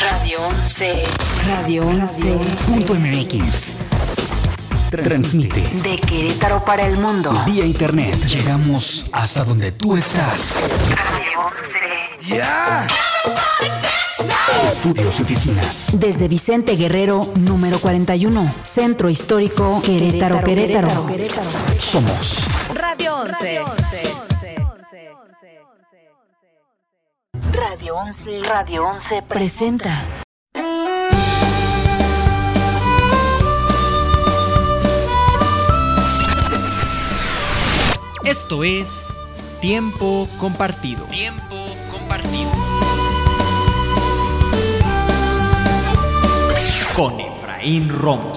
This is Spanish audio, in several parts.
Radio 11. Radio 11.mx. Transmite De Querétaro para el mundo. vía internet. Llegamos hasta donde tú estás. Radio 11. ¡Ya! Estudios y oficinas. Desde Vicente Guerrero, número 41, Centro Histórico, Querétaro. Somos Radio 11. Radio 11 Radio 11 presenta. Esto es Tiempo Compartido. Tiempo Compartido. Con Efraín Romo.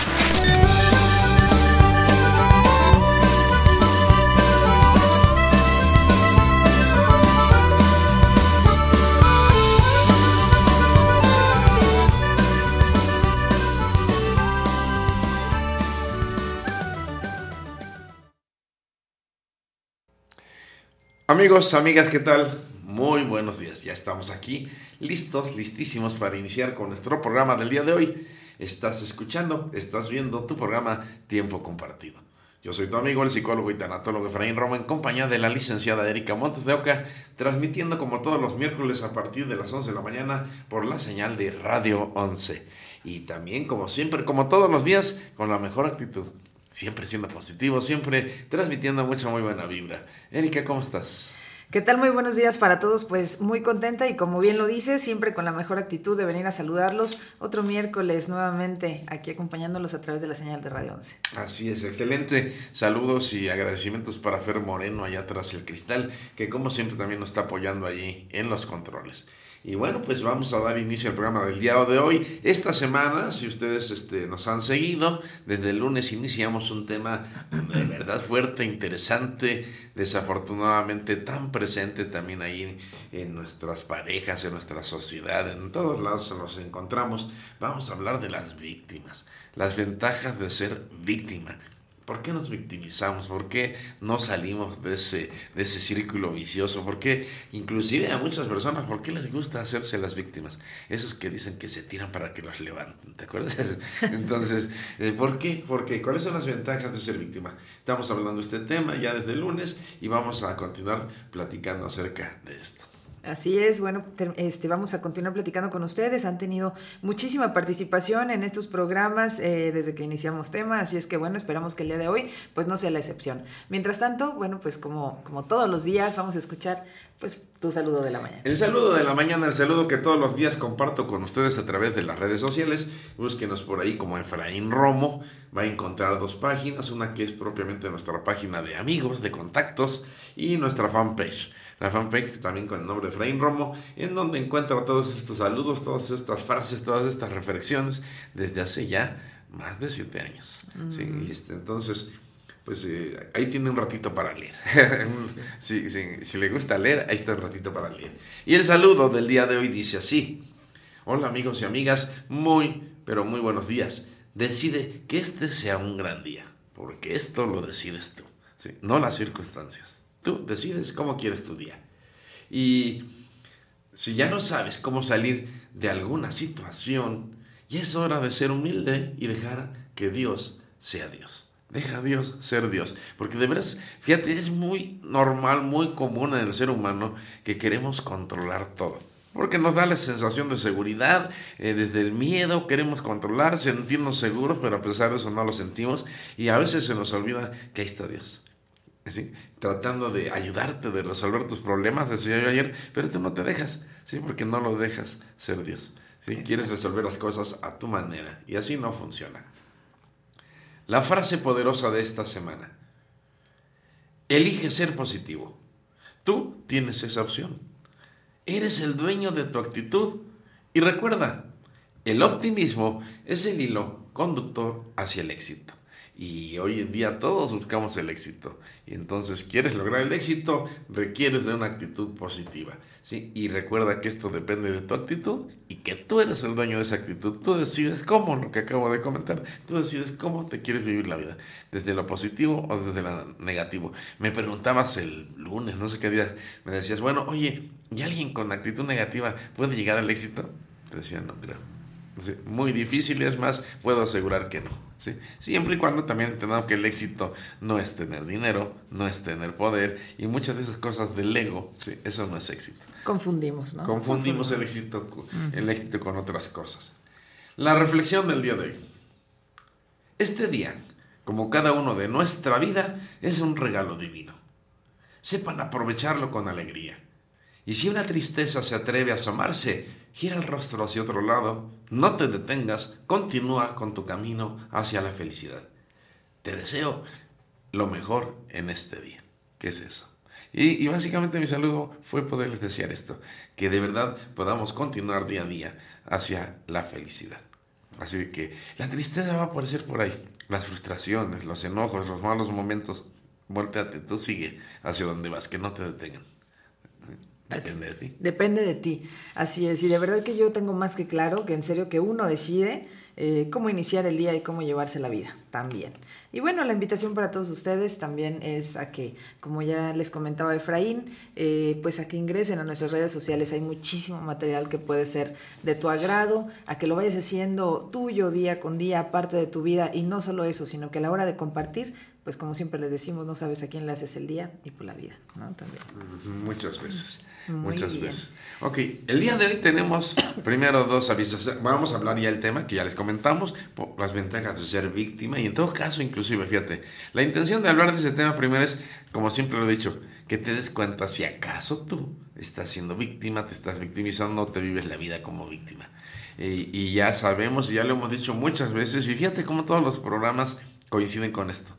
Amigos, amigas, ¿qué tal? Muy buenos días, ya estamos aquí, listísimos para iniciar con nuestro programa del día de hoy. Estás escuchando, estás viendo tu programa Tiempo Compartido. Yo soy tu amigo, el psicólogo y tanatólogo Efraín Romo, en compañía de la licenciada Erika Montes de Oca, transmitiendo como todos los miércoles a partir de las 11 de la mañana por la señal de Radio 11. Y también, como siempre, como todos los días, con la mejor actitud. Siempre siendo positivo, siempre transmitiendo mucha muy buena vibra. Erika, ¿cómo estás? ¿Qué tal? Muy buenos días para todos, pues muy contenta y como bien lo dice, siempre con la mejor actitud de venir a saludarlos otro miércoles nuevamente aquí acompañándolos a través de la señal de Radio 11. Así es, excelente. Saludos y agradecimientos para Fer Moreno allá tras el cristal, que como siempre también nos está apoyando allí en los controles. Y bueno, pues vamos a dar inicio al programa del día de hoy. Esta semana, si ustedes nos han seguido, desde el lunes iniciamos un tema de verdad fuerte, interesante, desafortunadamente tan presente también ahí en nuestras parejas, en nuestra sociedad, en todos lados nos encontramos. Vamos a hablar de las víctimas, las ventajas de ser víctima. ¿Por qué nos victimizamos? ¿Por qué no salimos de ese círculo vicioso? ¿Por qué, inclusive a muchas personas, por qué les gusta hacerse las víctimas? Esos que dicen que se tiran para que los levanten, ¿te acuerdas? Entonces, ¿por qué? ¿Cuáles son las ventajas de ser víctima? Estamos hablando de este tema ya desde el lunes y vamos a continuar platicando acerca de esto. Así es, bueno, vamos a continuar platicando con ustedes. Han tenido muchísima participación en estos programas desde que iniciamos tema, así es que bueno, esperamos que el día de hoy pues no sea la excepción. Mientras tanto, bueno, pues como todos los días vamos a escuchar pues tu saludo de la mañana. El saludo de la mañana, el saludo que todos los días comparto con ustedes a través de las redes sociales. Búsquenos por ahí como Efraín Romo. Va a encontrar dos páginas, una que es propiamente nuestra página de amigos, de contactos, y nuestra fanpage. La fanpage también con el nombre de Efraín Romo, en donde encuentra todos estos saludos, todas estas frases, todas estas reflexiones desde hace ya más de 7 años. ¿Sí? Y entonces, pues ahí tiene un ratito para leer. Si le gusta leer, ahí está un ratito para leer. Y el saludo del día de hoy dice así: hola amigos y amigas, pero muy buenos días. Decide que este sea un gran día, porque esto lo decides tú, ¿sí? No las circunstancias. Tú decides cómo quieres tu día. Y si ya no sabes cómo salir de alguna situación, ya es hora de ser humilde y dejar que Dios sea Dios. Deja a Dios ser Dios. Porque de veras, fíjate, es muy normal, muy común en el ser humano que queremos controlar todo. Porque nos da la sensación de seguridad, desde el miedo queremos controlar, sentirnos seguros, pero a pesar de eso no lo sentimos. Y a veces se nos olvida que ahí está Dios. ¿Sí? Tratando de ayudarte, de resolver tus problemas, decía yo ayer, pero tú no te dejas, ¿sí? Porque no lo dejas ser Dios, ¿sí? Quieres resolver las cosas a tu manera y así no funciona. La frase poderosa de esta semana: elige ser positivo. Tú tienes esa opción. Eres el dueño de tu actitud y recuerda, el optimismo es el hilo conductor hacia el éxito. Y hoy en día todos buscamos el éxito. Y entonces, ¿quieres lograr el éxito? Requieres de una actitud positiva, ¿sí? Y recuerda que esto depende de tu actitud y que tú eres el dueño de esa actitud. Tú decides cómo, lo que acabo de comentar. Tú decides cómo te quieres vivir la vida, desde lo positivo o desde lo negativo. Me preguntabas el lunes, no sé qué día, me decías, bueno, oye, ¿y alguien con actitud negativa puede llegar al éxito? Te decía, no creo. Sí, muy difícil, es más, puedo asegurar que no. ¿Sí? Siempre y cuando también entendamos que el éxito no es tener dinero, no es tener poder, y muchas de esas cosas del ego, ¿sí? Eso no es éxito. Confundimos, ¿no? Confundimos el éxito con otras cosas. La reflexión del día de hoy. Este día, como cada uno de nuestra vida, es un regalo divino. Sepan aprovecharlo con alegría. Y si una tristeza se atreve a asomarse, gira el rostro hacia otro lado, no te detengas, continúa con tu camino hacia la felicidad. Te deseo lo mejor en este día. ¿Qué es eso? Y básicamente mi saludo fue poderles desear esto, que de verdad podamos continuar día a día hacia la felicidad. Así que la tristeza va a aparecer por ahí, las frustraciones, los enojos, los malos momentos. Voltéate, tú sigue hacia donde vas, que no te detengan. Depende de ti. Depende de ti, así es. Y de verdad que yo tengo más que claro que en serio que uno decide cómo iniciar el día y cómo llevarse la vida también. Y bueno, la invitación para todos ustedes también es a que, como ya les comentaba Efraín, pues a que ingresen a nuestras redes sociales. Hay muchísimo material que puede ser de tu agrado, a que lo vayas haciendo tuyo día con día, parte de tu vida. Y no solo eso, sino que a la hora de compartir, pues como siempre les decimos, no sabes a quién le haces el día y por la vida, ¿no? También. Muchas veces. Muy Muchas bien. veces. Ok, el día de hoy tenemos primero dos avisos. Vamos a hablar ya del tema que ya les comentamos, por las ventajas de ser víctima, y en todo caso, inclusive, fíjate, la intención de hablar de ese tema primero es, como siempre lo he dicho, que te des cuenta si acaso tú estás siendo víctima, te estás victimizando, te vives la vida como víctima. Y ya sabemos, y ya lo hemos dicho muchas veces, y fíjate cómo todos los programas coinciden con esto.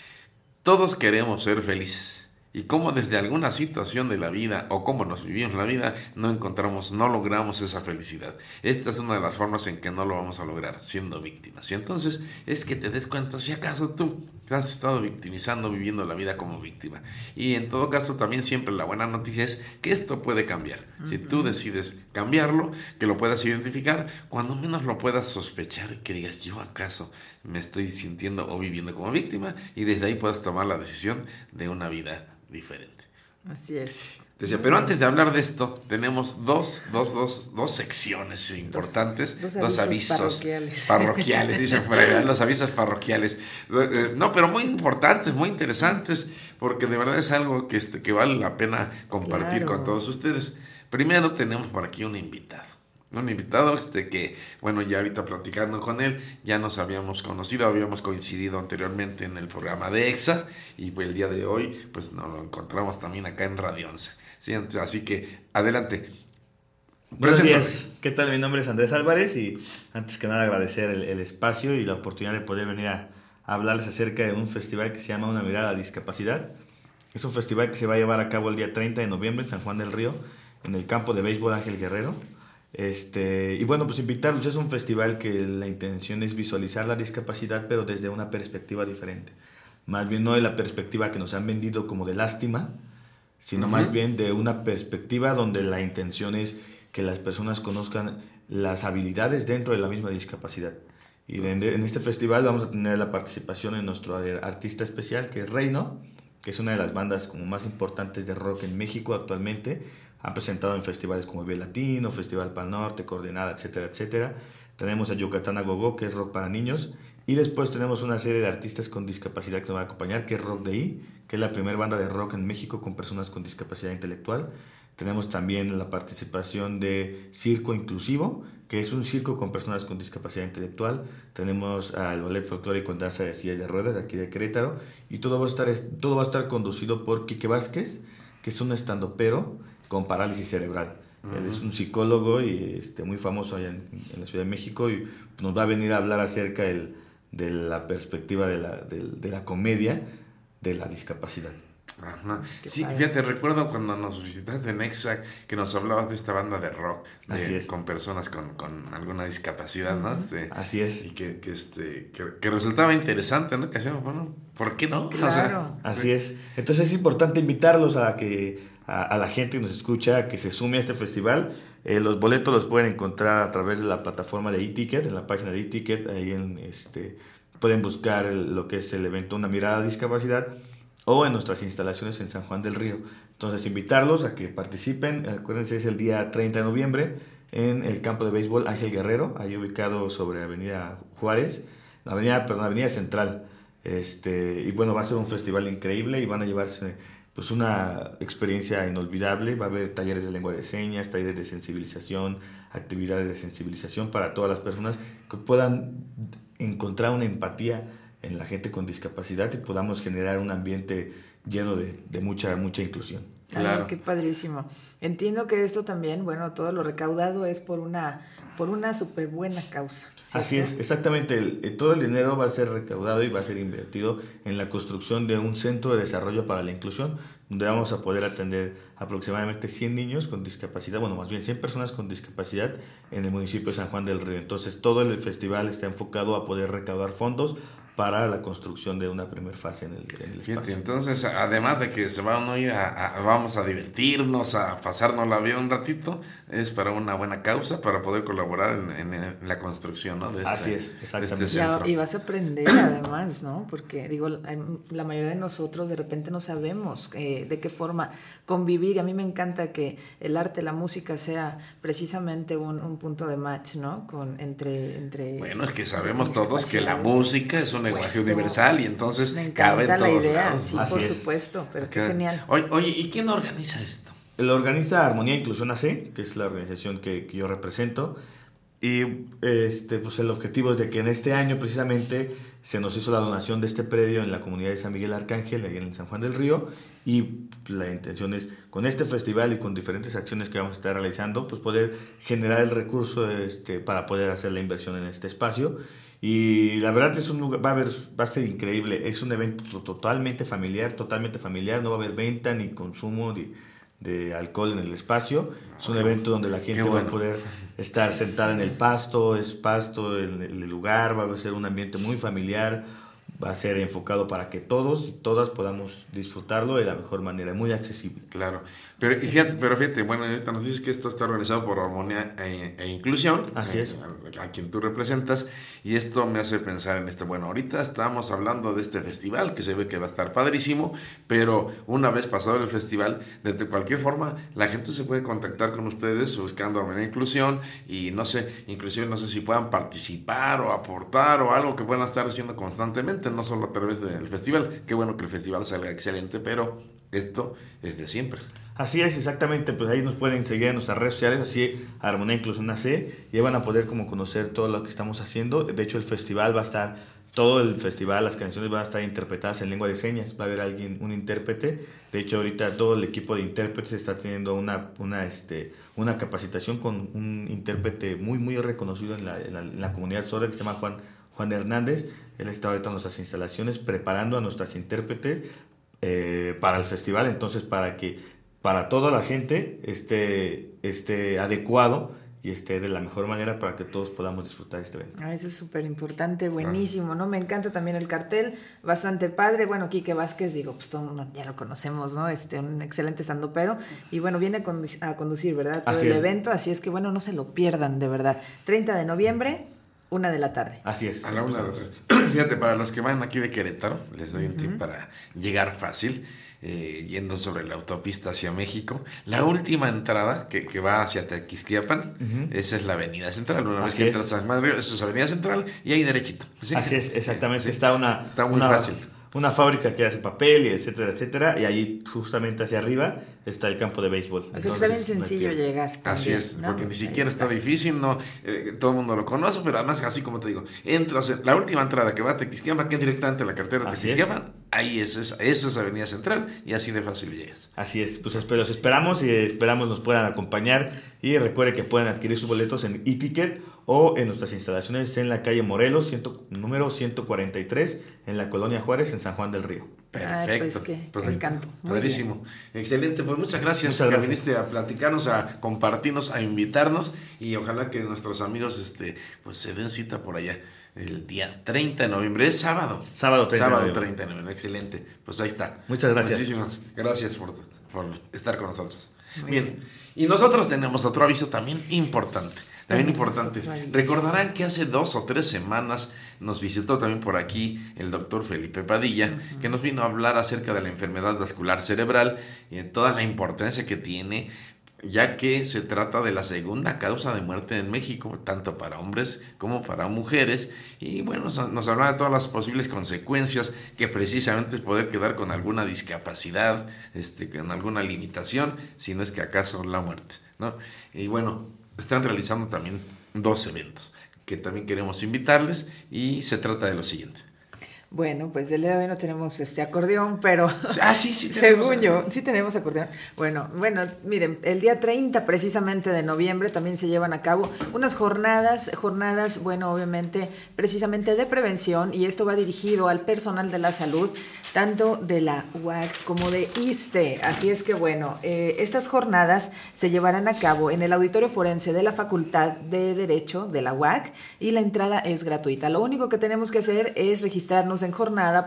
Todos queremos ser felices. Y como desde alguna situación de la vida o cómo nos vivimos la vida, no logramos esa felicidad. Esta es una de las formas en que no lo vamos a lograr, siendo víctimas. Y entonces es que te des cuenta si acaso tú te has estado victimizando, viviendo la vida como víctima. Y en todo caso también siempre la buena noticia es que esto puede cambiar. Si tú decides cambiarlo, que lo puedas identificar, cuando menos lo puedas sospechar, que digas, yo acaso me estoy sintiendo o viviendo como víctima, y desde ahí puedas tomar la decisión de una vida diferente. Así es. Decía, pero antes de hablar de esto, tenemos dos secciones importantes, dos avisos parroquiales, dicen por ahí, los avisos parroquiales. No, pero muy importantes, muy interesantes, porque de verdad es algo que vale la pena compartir con todos ustedes. Primero tenemos por aquí un invitado que, bueno, ya ahorita platicando con él, ya nos habíamos conocido, habíamos coincidido anteriormente en el programa de EXA, y pues el día de hoy, pues nos lo encontramos también acá en Radio 11. ¿Sí? Así que, adelante. Buenos días, ¿qué tal? Mi nombre es Andrés Álvarez, y antes que nada agradecer el espacio y la oportunidad de poder venir a hablarles acerca de un festival que se llama Una Mirada a la Discapacidad. Es un festival que se va a llevar a cabo el día 30 de noviembre en San Juan del Río, en el campo de béisbol Ángel Guerrero. Y bueno, pues invitarlos. Es un festival que la intención es visualizar la discapacidad, pero desde una perspectiva diferente. Más bien no de la perspectiva que nos han vendido como de lástima, sino más bien de una perspectiva donde la intención es que las personas conozcan las habilidades dentro de la misma discapacidad. Y en este festival vamos a tener la participación de nuestro artista especial, que es Reino, que es una de las bandas como más importantes de rock en México actualmente. Han presentado en festivales como Vive Latino, Festival Pal Norte, Coordenada, etcétera, etcétera. Tenemos a Yucatán a Gogo, que es rock para niños. Y después tenemos una serie de artistas con discapacidad que nos van a acompañar, que es Rock de I, que es la primera banda de rock en México con personas con discapacidad intelectual. Tenemos también la participación de Circo Inclusivo, que es un circo con personas con discapacidad intelectual. Tenemos al Ballet Folclórico en Danza de Silla de Ruedas, de aquí de Querétaro. Y todo va a estar conducido por Quique Vázquez, que es un estandopero con parálisis cerebral. Él es un psicólogo y muy famoso allá en la Ciudad de México, y nos va a venir a hablar acerca de la perspectiva de la comedia de la discapacidad. Ajá. Sí, fíjate, recuerdo cuando nos visitaste en EXA que nos hablabas de esta banda de rock con personas con alguna discapacidad, ¿no? Así es. Y que resultaba interesante, ¿no? Que hacíamos, bueno, ¿por qué no? Claro. O sea, así es. Entonces es importante invitarlos a la gente que nos escucha, que se sume a este festival. Los boletos los pueden encontrar a través de la plataforma de eTicket, en la página de eTicket. Ahí pueden buscar lo que es el evento Una Mirada a Discapacidad, o en nuestras instalaciones en San Juan del Río. Entonces invitarlos a que participen. Acuérdense, es el día 30 de noviembre en el campo de béisbol Ángel Guerrero, ahí ubicado sobre Avenida Juárez, Avenida Central. Y bueno, va a ser un festival increíble y van a llevarse pues una experiencia inolvidable. Va a haber talleres de lengua de señas, talleres de sensibilización, actividades de sensibilización para todas las personas que puedan encontrar una empatía en la gente con discapacidad y podamos generar un ambiente lleno de mucha inclusión. Claro. Qué padrísimo. Entiendo que esto también, bueno, todo lo recaudado es por una súper buena causa, ¿cierto? Así es, exactamente. Todo el dinero va a ser recaudado y va a ser invertido en la construcción de un centro de desarrollo para la inclusión, donde vamos a poder atender aproximadamente 100 niños con discapacidad, bueno, más bien 100 personas con discapacidad en el municipio de San Juan del Río. Entonces, todo el festival está enfocado a poder recaudar fondos para la construcción de una primera fase en el espacio. Fíjate, entonces, además de que se van a ir vamos a divertirnos, a pasarnos la vida un ratito, es para una buena causa, para poder colaborar en la construcción, ¿no? Así es, exactamente. Y vas a aprender además, ¿no? Porque digo, la mayoría de nosotros de repente no sabemos de qué forma convivir, y a mí me encanta que el arte, la música sea precisamente un punto de match, ¿no? entre Bueno, es que sabemos todos que la música es un lenguaje supuesto. Universal y entonces Me cabe encanta en la todos idea, lados. sí, Así por es. supuesto, pero qué genial. Oye, ¿y quién organiza esto? Lo organiza Armonía Inclusión AC, que es la organización que yo represento, y pues el objetivo es de que en este año precisamente se nos hizo la donación de este predio en la comunidad de San Miguel Arcángel, ahí en San Juan del Río, y la intención es, con este festival y con diferentes acciones que vamos a estar realizando, pues poder generar el recurso para poder hacer la inversión en este espacio. Y la verdad es un lugar, va a ser increíble. Es un evento totalmente familiar, no va a haber venta ni consumo de alcohol en el espacio. Es un evento donde la gente va a poder estar sentada en el pasto, en el lugar, va a ser un ambiente muy familiar, va a ser enfocado para que todos y todas podamos disfrutarlo de la mejor manera, muy accesible. Claro, pero fíjate, bueno, ahorita nos dices que esto está organizado por Armonía e Inclusión. Así es. A quien tú representas, y esto me hace pensar en esto. Bueno, ahorita estamos hablando de este festival que se ve que va a estar padrísimo, pero una vez pasado el festival, de cualquier forma, la gente se puede contactar con ustedes buscando Armonía e Inclusión, y no sé, inclusive no sé si puedan participar o aportar o algo que puedan estar haciendo constantemente, no solo a través del festival. Qué bueno que el festival salga excelente, pero esto es de siempre. Así es, exactamente, pues ahí nos pueden seguir en nuestras redes sociales, así Armonía Inclusión AC, y van a poder como conocer todo lo que estamos haciendo. De hecho, el festival va a estar, todo el festival, las canciones van a estar interpretadas en lengua de señas, va a haber un intérprete. De hecho, ahorita todo el equipo de intérpretes está teniendo una capacitación con un intérprete muy reconocido en la comunidad sorda, que se llama Juan Hernández. Él está ahorita en nuestras instalaciones preparando a nuestras intérpretes para el festival, entonces para toda la gente esté adecuado y esté de la mejor manera para que todos podamos disfrutar este evento. Eso es súper importante, buenísimo, ¿no? Me encanta también el cartel, bastante padre. Bueno, Quique Vázquez, digo, pues todo mundo ya lo conocemos, ¿no? Un excelente estandopero, y bueno, viene a conducir, ¿verdad? Todo el evento, así es que bueno, no se lo pierdan, de verdad. 30 de noviembre, 1 de la tarde. Así es. A la 1 de la tarde. Fíjate, para los que van aquí de Querétaro, les doy un tip para llegar fácil. Yendo sobre la autopista hacia México, la última entrada que va hacia Tequisquiapan, esa es la avenida central. Una vez que entras a San Juan del Río, esa es la avenida central, y ahí derechito. ¿Sí? Así es, exactamente. Sí. Está muy fácil. Una fábrica que hace papel, y etcétera, y ahí justamente hacia arriba está el campo de béisbol. O sea, está bien sencillo llegar. También, así es, ¿no? porque ni siquiera está difícil, no, todo el mundo lo conoce, pero además, así como te digo, entras, la última entrada que va a Tequisquiapan, que es directamente a la carretera de Tequisquiapan, ahí esa es avenida central, y así de fácil llegas. Así es, pues los esperamos, y esperamos nos puedan acompañar, y recuerde que pueden adquirir sus boletos en e-ticket o en nuestras instalaciones en la calle Morelos, número 143, en la colonia Juárez, en San Juan del Río. Perfecto. Pues me encantó. Padrísimo. Excelente. Pues muchas gracias que viniste a platicarnos, a compartirnos, a invitarnos, y ojalá que nuestros amigos pues se den cita por allá el día 30 de noviembre. Es sábado. Sábado 30 de noviembre. Excelente. Pues ahí está. Muchas gracias. Muchísimas gracias por estar con nosotros. Bien. Y nosotros tenemos otro aviso también importante. Recordarán que hace 2 o 3 semanas nos visitó también por aquí el doctor Felipe Padilla, que nos vino a hablar acerca de la enfermedad vascular cerebral y de toda la importancia que tiene ya que se trata de la segunda causa de muerte en México, tanto para hombres como para mujeres, y bueno, nos hablaba de todas las posibles consecuencias, que precisamente es poder quedar con alguna discapacidad, con alguna limitación, si no es que acaso la muerte, ¿no? Y bueno, están realizando también 2 eventos que también queremos invitarles, y se trata de lo siguiente. Bueno, pues el día de hoy no tenemos acordeón, pero sí según yo, sí tenemos acordeón. Bueno, miren, el día 30 precisamente de noviembre también se llevan a cabo unas jornadas, bueno, obviamente precisamente de prevención, y esto va dirigido al personal de la salud, tanto de la UAC como de ISSSTE. Así es que bueno, estas jornadas se llevarán a cabo en el Auditorio Forense de la Facultad de Derecho de la UAC, y la entrada es gratuita. Lo único que tenemos que hacer es registrarnos en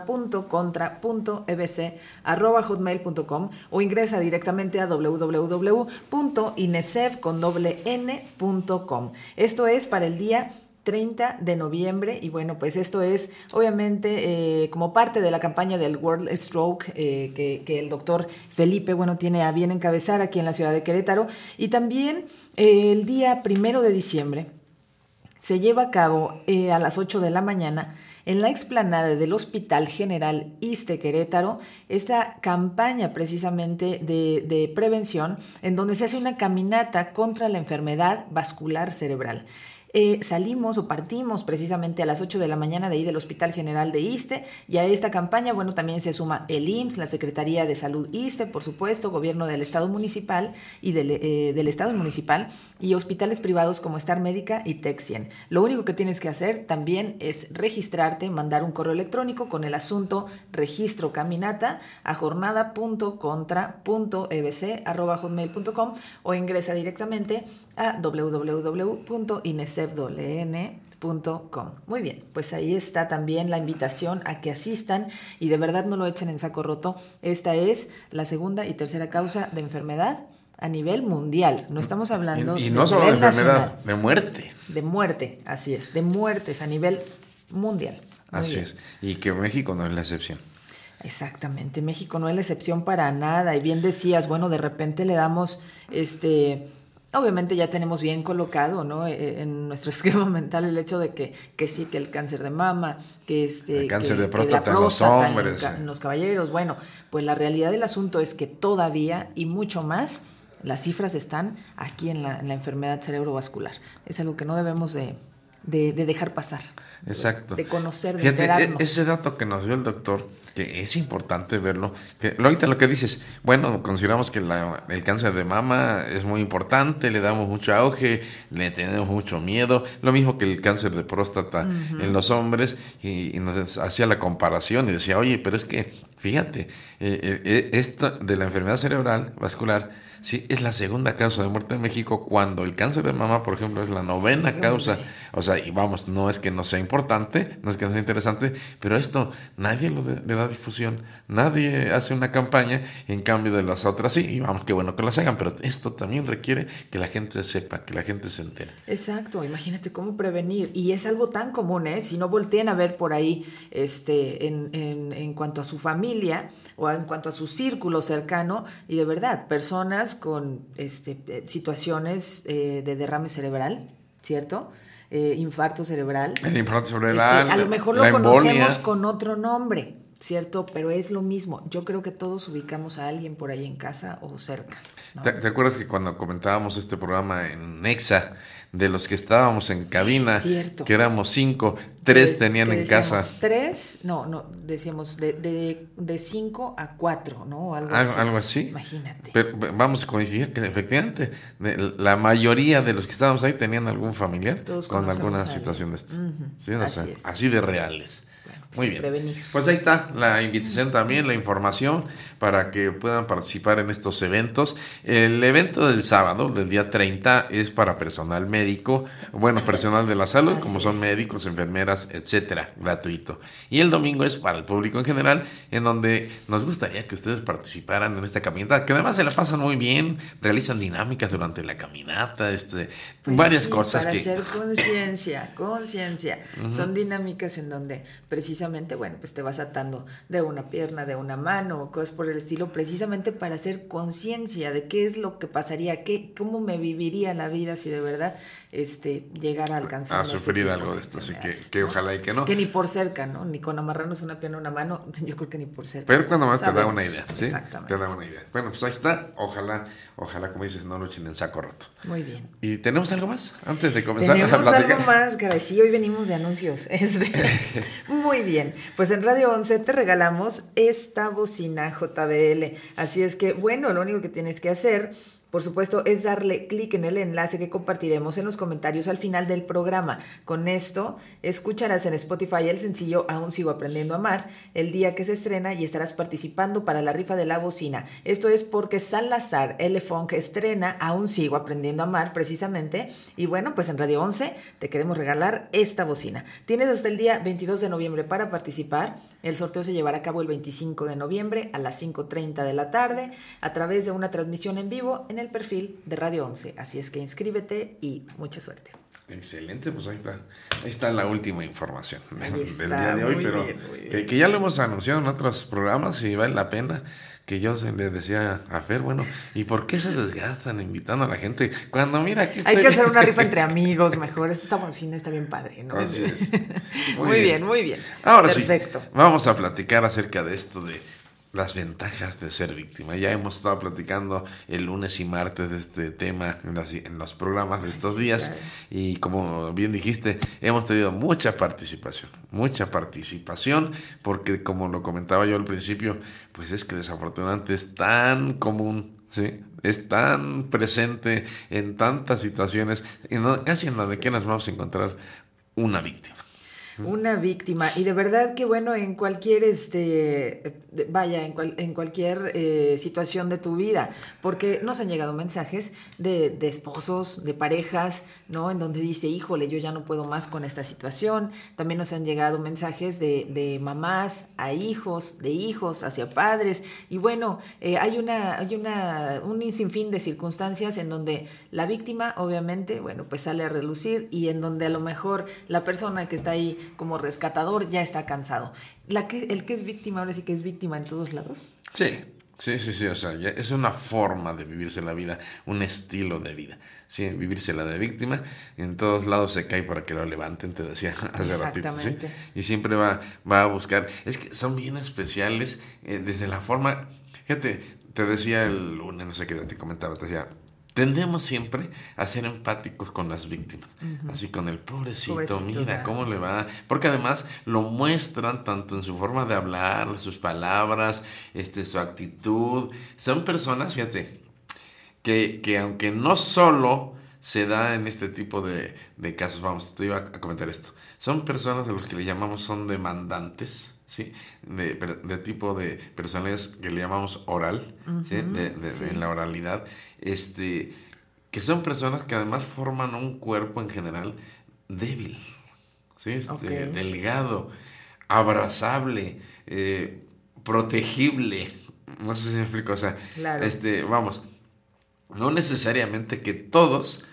jornada.contra.ebc@hotmail.com o ingresa directamente a www.inesef.com. Esto es para el día 30 de noviembre, y bueno, pues esto es obviamente como parte de la campaña del World Stroke que el doctor Felipe, bueno, tiene a bien encabezar aquí en la ciudad de Querétaro. Y también el día 1 de diciembre se lleva a cabo a las 8 de la mañana en la explanada del Hospital General ISSSTE Querétaro, esta campaña precisamente de prevención, en donde se hace una caminata contra la enfermedad vascular cerebral. Salimos o partimos precisamente a las 8 de la mañana de ahí del Hospital General de ISSSTE, y a esta campaña, bueno, también se suma el IMSS, la Secretaría de Salud ISSSTE, por supuesto, Gobierno del Estado Municipal y del Estado Municipal, y hospitales privados como Star Médica y Tech100. Lo único que tienes que hacer también es registrarte, mandar un correo electrónico con el asunto registro caminata a jornada.contra.ebc@hotmail.com o ingresa directamente a www.inesef.com. Muy bien, pues ahí está también la invitación a que asistan, y de verdad no lo echen en saco roto. Esta es la segunda y tercera causa de enfermedad a nivel mundial. No estamos hablando y no solo de enfermedad, nacional, de muerte. De muerte, así es, de muertes a nivel mundial. Así es, y que México no es la excepción. Exactamente, México no es la excepción para nada. Y bien decías, bueno, de repente le damos obviamente ya tenemos bien colocado, ¿no?, en nuestro esquema mental el hecho de que sí, que el cáncer de mama, que el cáncer de próstata en los hombres, en los caballeros. Bueno, pues la realidad del asunto es que todavía, y mucho más, las cifras están aquí en la enfermedad cerebrovascular. Es algo que no debemos de dejar pasar. Exacto. De conocer, de Fíjate, enterarnos. Ese dato que nos dio el doctor, que es importante verlo, que ahorita lo que dices, bueno, consideramos que el cáncer de mama es muy importante, le damos mucho auge, le tenemos mucho miedo, lo mismo que el cáncer de próstata en los hombres, y nos hacía la comparación y decía, oye, pero es que, fíjate, esta de la enfermedad cerebral vascular, sí, es la segunda causa de muerte en México, cuando el cáncer de mama, por ejemplo, es la 9ª causa. O sea, y vamos, no es que no sea importante, no es que no sea interesante, pero esto nadie le da difusión, nadie hace una campaña, en cambio de las otras sí, y vamos, qué bueno que las hagan, pero esto también requiere que la gente sepa, que la gente se entere. Exacto, imagínate cómo prevenir, y es algo tan común, si no volteen a ver por ahí, en cuanto a su familia o en cuanto a su círculo cercano, y de verdad, personas con situaciones de derrame cerebral, ¿cierto? Infarto cerebral. El infarto cerebral, a lo mejor lo conocemos con otro nombre, ¿cierto? Pero es lo mismo. Yo creo que todos ubicamos a alguien por ahí en casa o cerca, ¿no? ¿Te acuerdas que cuando comentábamos este programa en Nexa, de los que estábamos en cabina, cierto, que éramos 5, 3 tenían en casa? 3, decíamos de 5 a 4, ¿no? Algo así. Imagínate. Pero vamos a coincidir que efectivamente la mayoría de los que estábamos ahí tenían algún familiar todos con alguna a situación de esta. ¿Sí? Así, así de reales. Muy bien. Prevenir. Pues ahí está la invitación también, la información para que puedan participar en estos eventos. El evento del sábado, del día 30, es para personal médico, personal de la salud, como son médicos, enfermeras, etcétera, gratuito. Y el domingo es para el público en general, en donde nos gustaría que ustedes participaran en esta caminata, que además se la pasan muy bien, realizan dinámicas durante la caminata, varias cosas para que... hacer conciencia. Son dinámicas en donde precisamente, bueno, pues te vas atando de una pierna, de una mano, o cosas por el estilo, precisamente para hacer conciencia de qué es lo que pasaría, cómo me viviría la vida si de verdad llegara a alcanzar a sufrir algo de esto, así que ¿no? ojalá y que no. Que ni por cerca, ¿no? Ni con amarrarnos una pierna, una mano, yo creo que ni por cerca. Pero cuando más te da una idea, ¿sí? Exactamente. Te da una idea. Bueno, pues ahí está. Ojalá, como dices, no luchen en saco roto. Muy bien. ¿Y tenemos algo más antes de comenzar Tenemos a platicar? algo más, caray. Sí, hoy venimos de anuncios. Muy bien. Pues en Radio 11 te regalamos esta bocina JBL. Así es que, bueno, lo único que tienes que hacer, por supuesto, es darle clic en el enlace que compartiremos en los comentarios al final del programa. Con esto, escucharás en Spotify el sencillo Aún Sigo Aprendiendo a Amar el día que se estrena y estarás participando para la rifa de la bocina. Esto es porque Salazar L. Funk estrena Aún Sigo Aprendiendo a Amar, precisamente. Y bueno, pues en Radio 11 te queremos regalar esta bocina. Tienes hasta el día 22 de noviembre para participar. El sorteo se llevará a cabo el 25 de noviembre a las 5:30 de la tarde a través de una transmisión en vivo en el perfil de Radio 11. Así es que inscríbete y mucha suerte. Excelente, pues ahí está la última información del está, día de hoy, muy pero bien. Que ya lo hemos anunciado en otros programas y vale la pena. Que yo le decía a Fer, bueno, ¿y por qué se desgastan invitando a la gente? Cuando mira, aquí estoy. Hay que hacer una rifa entre amigos mejor. Esta bocina está bien padre, ¿no? Así es. Muy bien. Ahora perfecto. Sí, vamos a platicar acerca de esto de las ventajas de ser víctima. Ya hemos estado platicando el lunes y martes de este tema en los programas de estos días. Claro. Y como bien dijiste, hemos tenido mucha participación, porque como lo comentaba yo al principio, pues es que desafortunadamente es tan común, ¿sí? Es tan presente en tantas situaciones, casi en donde quiera nos vamos a encontrar una víctima. Una víctima, y de verdad que bueno, en cualquier en cualquier situación de tu vida, porque nos han llegado mensajes de esposos, de parejas, ¿no? En donde dice, híjole, yo ya no puedo más con esta situación. También nos han llegado mensajes de mamás a hijos, de hijos hacia padres, y bueno, hay un sinfín de circunstancias en donde la víctima, obviamente, bueno, pues sale a relucir, y en donde a lo mejor la persona que está ahí como rescatador ya está cansado. El que es víctima, ahora sí que es víctima en todos lados. Sí, o sea, ya es una forma de vivirse la vida, un estilo de vida. Sí, vivírsela de víctima, en todos lados se cae para que lo levanten, te decía hace ratito, ¿sí? Y siempre va a buscar, es que son bien especiales desde la forma, fíjate, te decía el lunes, no sé qué te comentaba, te decía, tendemos siempre a ser empáticos con las víctimas, así con el pobrecito, mira cómo le va, porque además lo muestran tanto en su forma de hablar, sus palabras, su actitud. Son personas, fíjate, que aunque no solo se da en este tipo de casos, vamos, te iba a comentar esto, son personas de los que le llamamos son demandantes, ¿sí? De tipo de personalidades que le llamamos oral, ¿sí? En la oralidad, que son personas que además forman un cuerpo en general débil, ¿sí? Delgado, abrazable, protegible, no sé si me explico, o sea, claro. Vamos, no necesariamente que todos,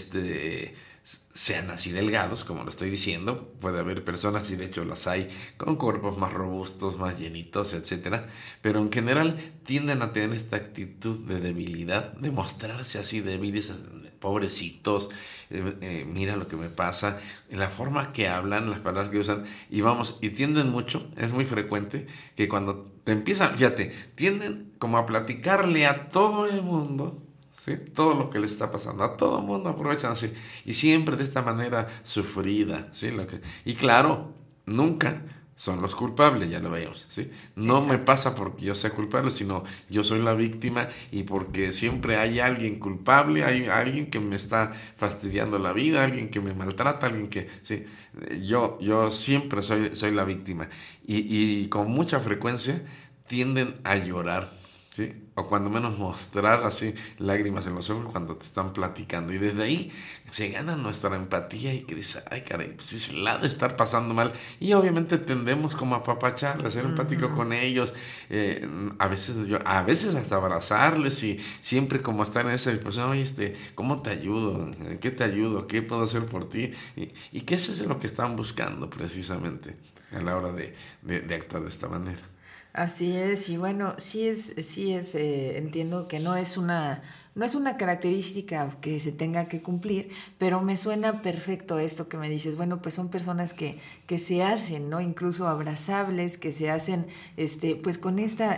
sean así delgados, como lo estoy diciendo. Puede haber personas, y de hecho las hay, con cuerpos más robustos, más llenitos, etcétera, pero en general tienden a tener esta actitud de debilidad, de mostrarse así débiles, pobrecitos, mira lo que me pasa, en la forma que hablan, las palabras que usan, y tienden mucho, es muy frecuente, que cuando te empiezan, fíjate, tienden como a platicarle a todo el mundo, ¿sí? Todo lo que les está pasando, a todo el mundo aprovechan así, y siempre de esta manera sufrida, ¿sí? Y claro, nunca son los culpables, ya lo veíamos, ¿sí? No Exacto. Me pasa porque yo sea culpable, sino yo soy la víctima, y porque siempre hay alguien culpable, hay alguien que me está fastidiando la vida, alguien que me maltrata, alguien que, ¿sí? Yo siempre soy la víctima, y con mucha frecuencia tienden a llorar, ¿sí? o cuando menos mostrar así lágrimas en los ojos cuando te están platicando. Y desde ahí se gana nuestra empatía y que dice, ay caray, pues sí, se la ha de estar pasando mal. Y obviamente tendemos como a apapacharles, a ser empático con ellos, a veces hasta abrazarles y siempre como estar en esa disposición, oye, ¿cómo te ayudo? ¿Qué te ayudo? ¿Qué puedo hacer por ti? Y que eso es lo que están buscando precisamente a la hora de actuar de esta manera. Así es, y bueno, entiendo que no es una característica que se tenga que cumplir, pero me suena perfecto esto que me dices. Bueno, pues son personas que se hacen, ¿no? Incluso abrazables, que se hacen, pues con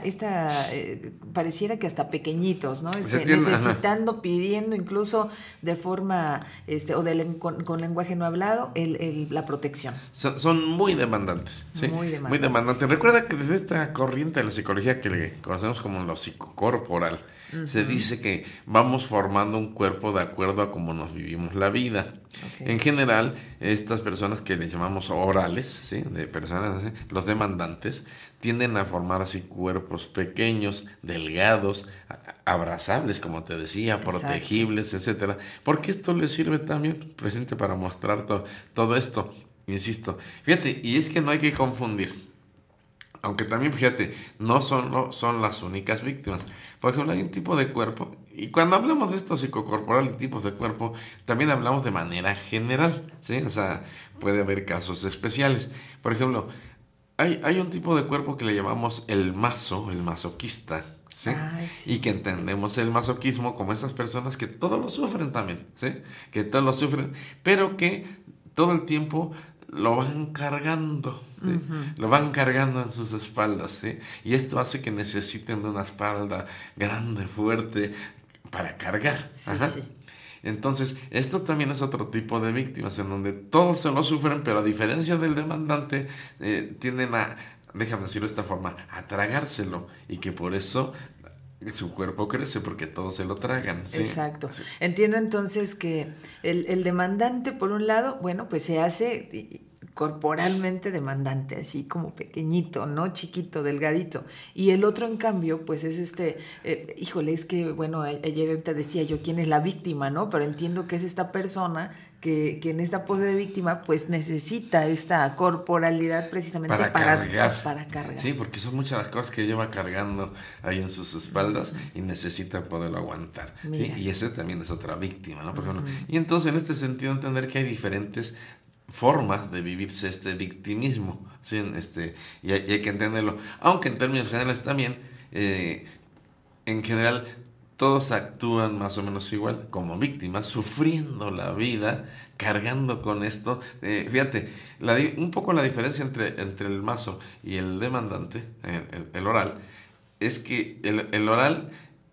pareciera que hasta pequeñitos, ¿no? Necesitando, pidiendo, incluso de forma, con lenguaje no hablado, la protección. Son muy demandantes, ¿sí? Muy demandantes. Recuerda que desde esta corriente de la psicología que le conocemos como lo psicocorporal, se dice que vamos formando un cuerpo de acuerdo a cómo nos vivimos la vida. Okay. En general, estas personas que les llamamos orales, ¿sí? De personas, ¿sí? Los demandantes, tienden a formar así cuerpos pequeños, delgados, abrazables, como te decía, protegibles, etcétera. Porque esto les sirve también presente para mostrar todo esto. Insisto, fíjate, y es que no hay que confundir. Aunque también, fíjate, no son las únicas víctimas. Por ejemplo, hay un tipo de cuerpo, y cuando hablamos de estos psicocorporales y tipos de cuerpo, también hablamos de manera general, ¿sí? O sea, puede haber casos especiales. Por ejemplo, hay un tipo de cuerpo que le llamamos el masoquista, ¿sí? Ay, sí. Y que entendemos el masoquismo como esas personas que todo lo sufren también, ¿sí? Que todo lo sufren, pero que todo el tiempo lo van cargando, ¿sí? Lo van cargando en sus espaldas, ¿sí? Y esto hace que necesiten de una espalda grande, fuerte, para cargar. Sí, sí. Entonces, esto también es otro tipo de víctimas, en donde todos se lo sufren, pero a diferencia del demandante, tienden a, déjame decirlo de esta forma, a tragárselo, y que por eso su cuerpo crece, porque todos se lo tragan, ¿sí? Exacto. Sí. Entiendo entonces que el demandante, por un lado, bueno, pues se hace corporalmente demandante, así como pequeñito, ¿no? Chiquito, delgadito. Y el otro, en cambio, pues es es que, bueno, ayer te decía yo quién es la víctima, ¿no? Pero entiendo que es esta persona que en esta pose de víctima, pues necesita esta corporalidad precisamente para cargar. Sí, porque son muchas las cosas que lleva cargando ahí en sus espaldas y necesita poderlo aguantar. ¿Sí? Y ese también es otra víctima, ¿no? Por ejemplo, y entonces, en este sentido, entender que hay diferentes formas de vivirse este victimismo, ¿sí? Y hay que entenderlo. Aunque en términos generales también, en general, todos actúan más o menos igual, como víctimas, sufriendo la vida, cargando con esto. Fíjate, un poco la diferencia entre el maso y el demandante, el oral, es que el oral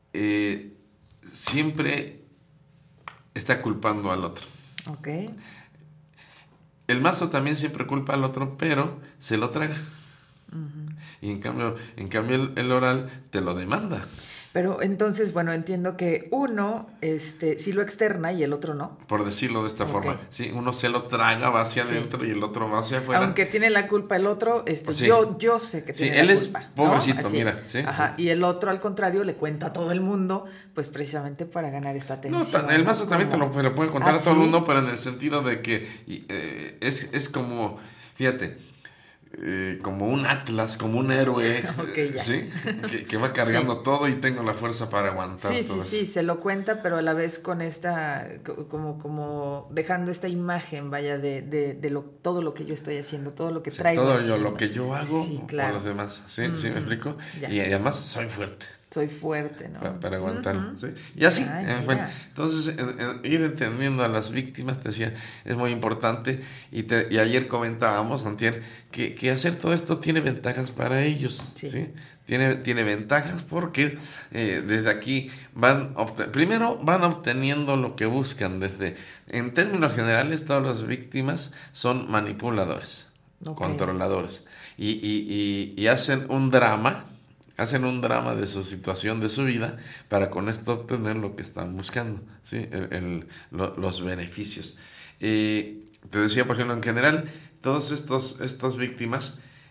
siempre está culpando al otro. Okay. El maso también siempre culpa al otro, pero se lo traga. Y en cambio el oral te lo demanda. Pero entonces, bueno, entiendo que uno sí lo externa y el otro no. Por decirlo de esta forma, sí, uno se lo traga, va hacia adentro y el otro va hacia afuera. Aunque tiene la culpa el otro, sí. yo sé que tiene él la culpa. Es pobrecito, ¿no? Mira. Sí. Ajá, y el otro, al contrario, le cuenta a todo el mundo, pues precisamente para ganar esta atención. No, el mazo también te lo puede contar a todo el mundo, pero en el sentido de que es como, fíjate, como un atlas, como un héroe, okay, ¿sí? que va cargando todo y tengo la fuerza para aguantar todo eso. Sí, se lo cuenta, pero a la vez con esta, como dejando esta imagen, vaya, de todo lo que yo estoy haciendo, todo lo que traigo. Todo lo que yo hago con los demás, ¿sí? ¿Sí me explico? Ya. Y además soy fuerte, ¿no? Para aguantar, ¿sí? Y así, entonces, ir entendiendo a las víctimas, te decía, es muy importante. Y ayer comentábamos, antier, que hacer todo esto tiene ventajas para ellos, ¿sí? Tiene ventajas porque desde aquí primero van obteniendo lo que buscan. En términos generales, todas las víctimas son manipuladores, controladores. Y hacen un drama de su situación, de su vida, para con esto obtener lo que están buscando, ¿sí? Los beneficios. Te decía, por ejemplo, en general, todas estas víctimas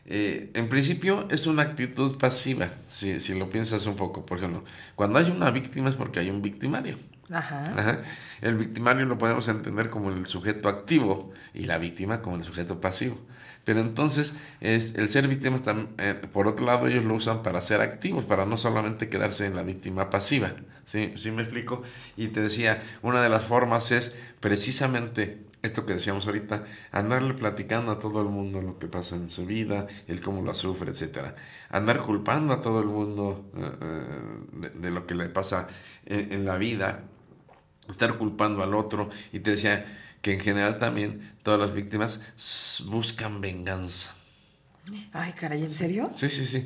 En principio es una actitud pasiva, si lo piensas un poco. Por ejemplo, cuando hay una víctima es porque hay un victimario. Ajá. El victimario lo podemos entender como el sujeto activo y la víctima como el sujeto pasivo. Pero entonces el ser víctima, por otro lado, ellos lo usan para ser activos, para no solamente quedarse en la víctima pasiva. ¿Sí me explico? Y te decía, una de las formas es precisamente esto que decíamos ahorita, andarle platicando a todo el mundo lo que pasa en su vida, el cómo la sufre, etcétera. Andar culpando a todo el mundo de lo que le pasa en la vida, estar culpando al otro. Y te decía que en general también todas las víctimas buscan venganza. Ay, caray, ¿en serio? Sí.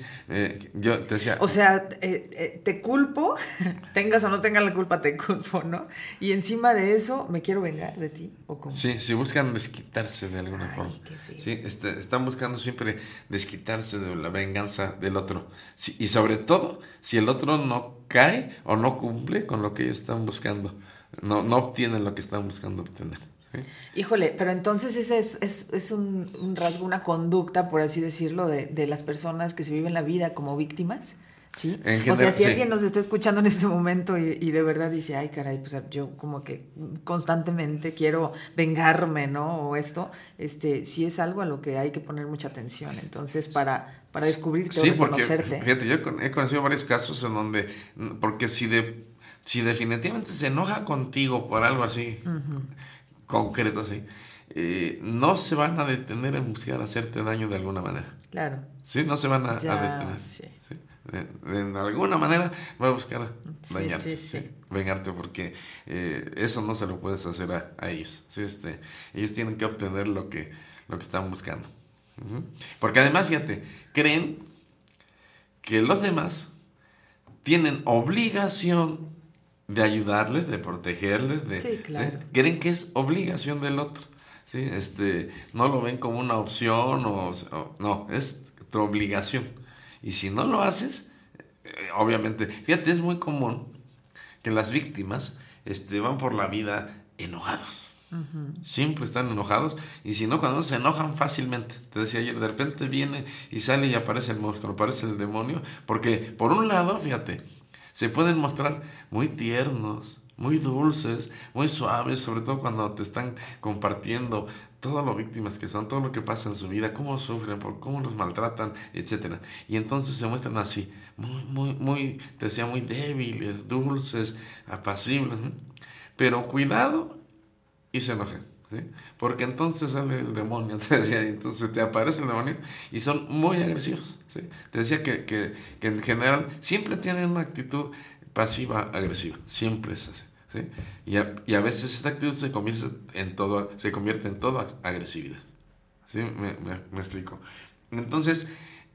Yo te decía... O sea, te culpo, tengas o no tengas la culpa, te culpo, ¿no? Y encima de eso, ¿me quiero vengar de ti? ¿O cómo? Sí, buscan desquitarse de alguna forma. Qué feo. Sí, están buscando siempre desquitarse de la venganza del otro. Sí, y sobre todo, si el otro no cae o no cumple con lo que ellos están buscando, no obtienen lo que están buscando obtener. ¿Sí? Híjole, pero entonces ese es un rasgo, una conducta, por así decirlo, de las personas que se viven la vida como víctimas, ¿sí? O sea, si alguien nos está escuchando en este momento y de verdad dice, ay, caray, pues yo como que constantemente quiero vengarme, ¿no? O esto, sí es algo a lo que hay que poner mucha atención, entonces, para descubrirte o reconocerte. Fíjate, yo he conocido varios casos en donde, porque si definitivamente se enoja contigo por algo así... Uh-huh. Concreto, así, no se van a detener en buscar hacerte daño de alguna manera. Claro. Sí, no se van a detener. Sí. ¿Sí? De alguna manera va a buscar dañarte, sí. Vengarte, porque eso no se lo puedes hacer a ellos. ¿Sí? Ellos tienen que obtener lo que están buscando. Uh-huh. Porque además, fíjate, creen que los demás tienen obligación de ayudarles, de protegerles, sí, claro. ¿sí? Creen que es obligación del otro, ¿sí? No lo ven como una opción no, es tu obligación. Y si no lo haces, obviamente, fíjate, es muy común que las víctimas van por la vida enojados. Uh-huh. Siempre están enojados, y si no, cuando se enojan fácilmente, te decía ayer, de repente viene y sale y aparece el monstruo, aparece el demonio, porque por un lado, fíjate, se pueden mostrar muy tiernos, muy dulces, muy suaves, sobre todo cuando te están compartiendo todo lo víctimas que son, todo lo que pasa en su vida, cómo sufren, cómo los maltratan, etcétera. Y entonces se muestran así, muy, te decía, muy débiles, dulces, apacibles, ¿sí? Pero cuidado y se enojan, ¿sí? Porque entonces sale el demonio, te decía, y entonces te aparece el demonio y son muy agresivos. ¿Sí? Te decía que en general siempre tienen una actitud pasiva-agresiva, siempre es así, ¿sí? Y a veces esta actitud se convierte en toda agresividad, ¿sí? Me explico. Entonces,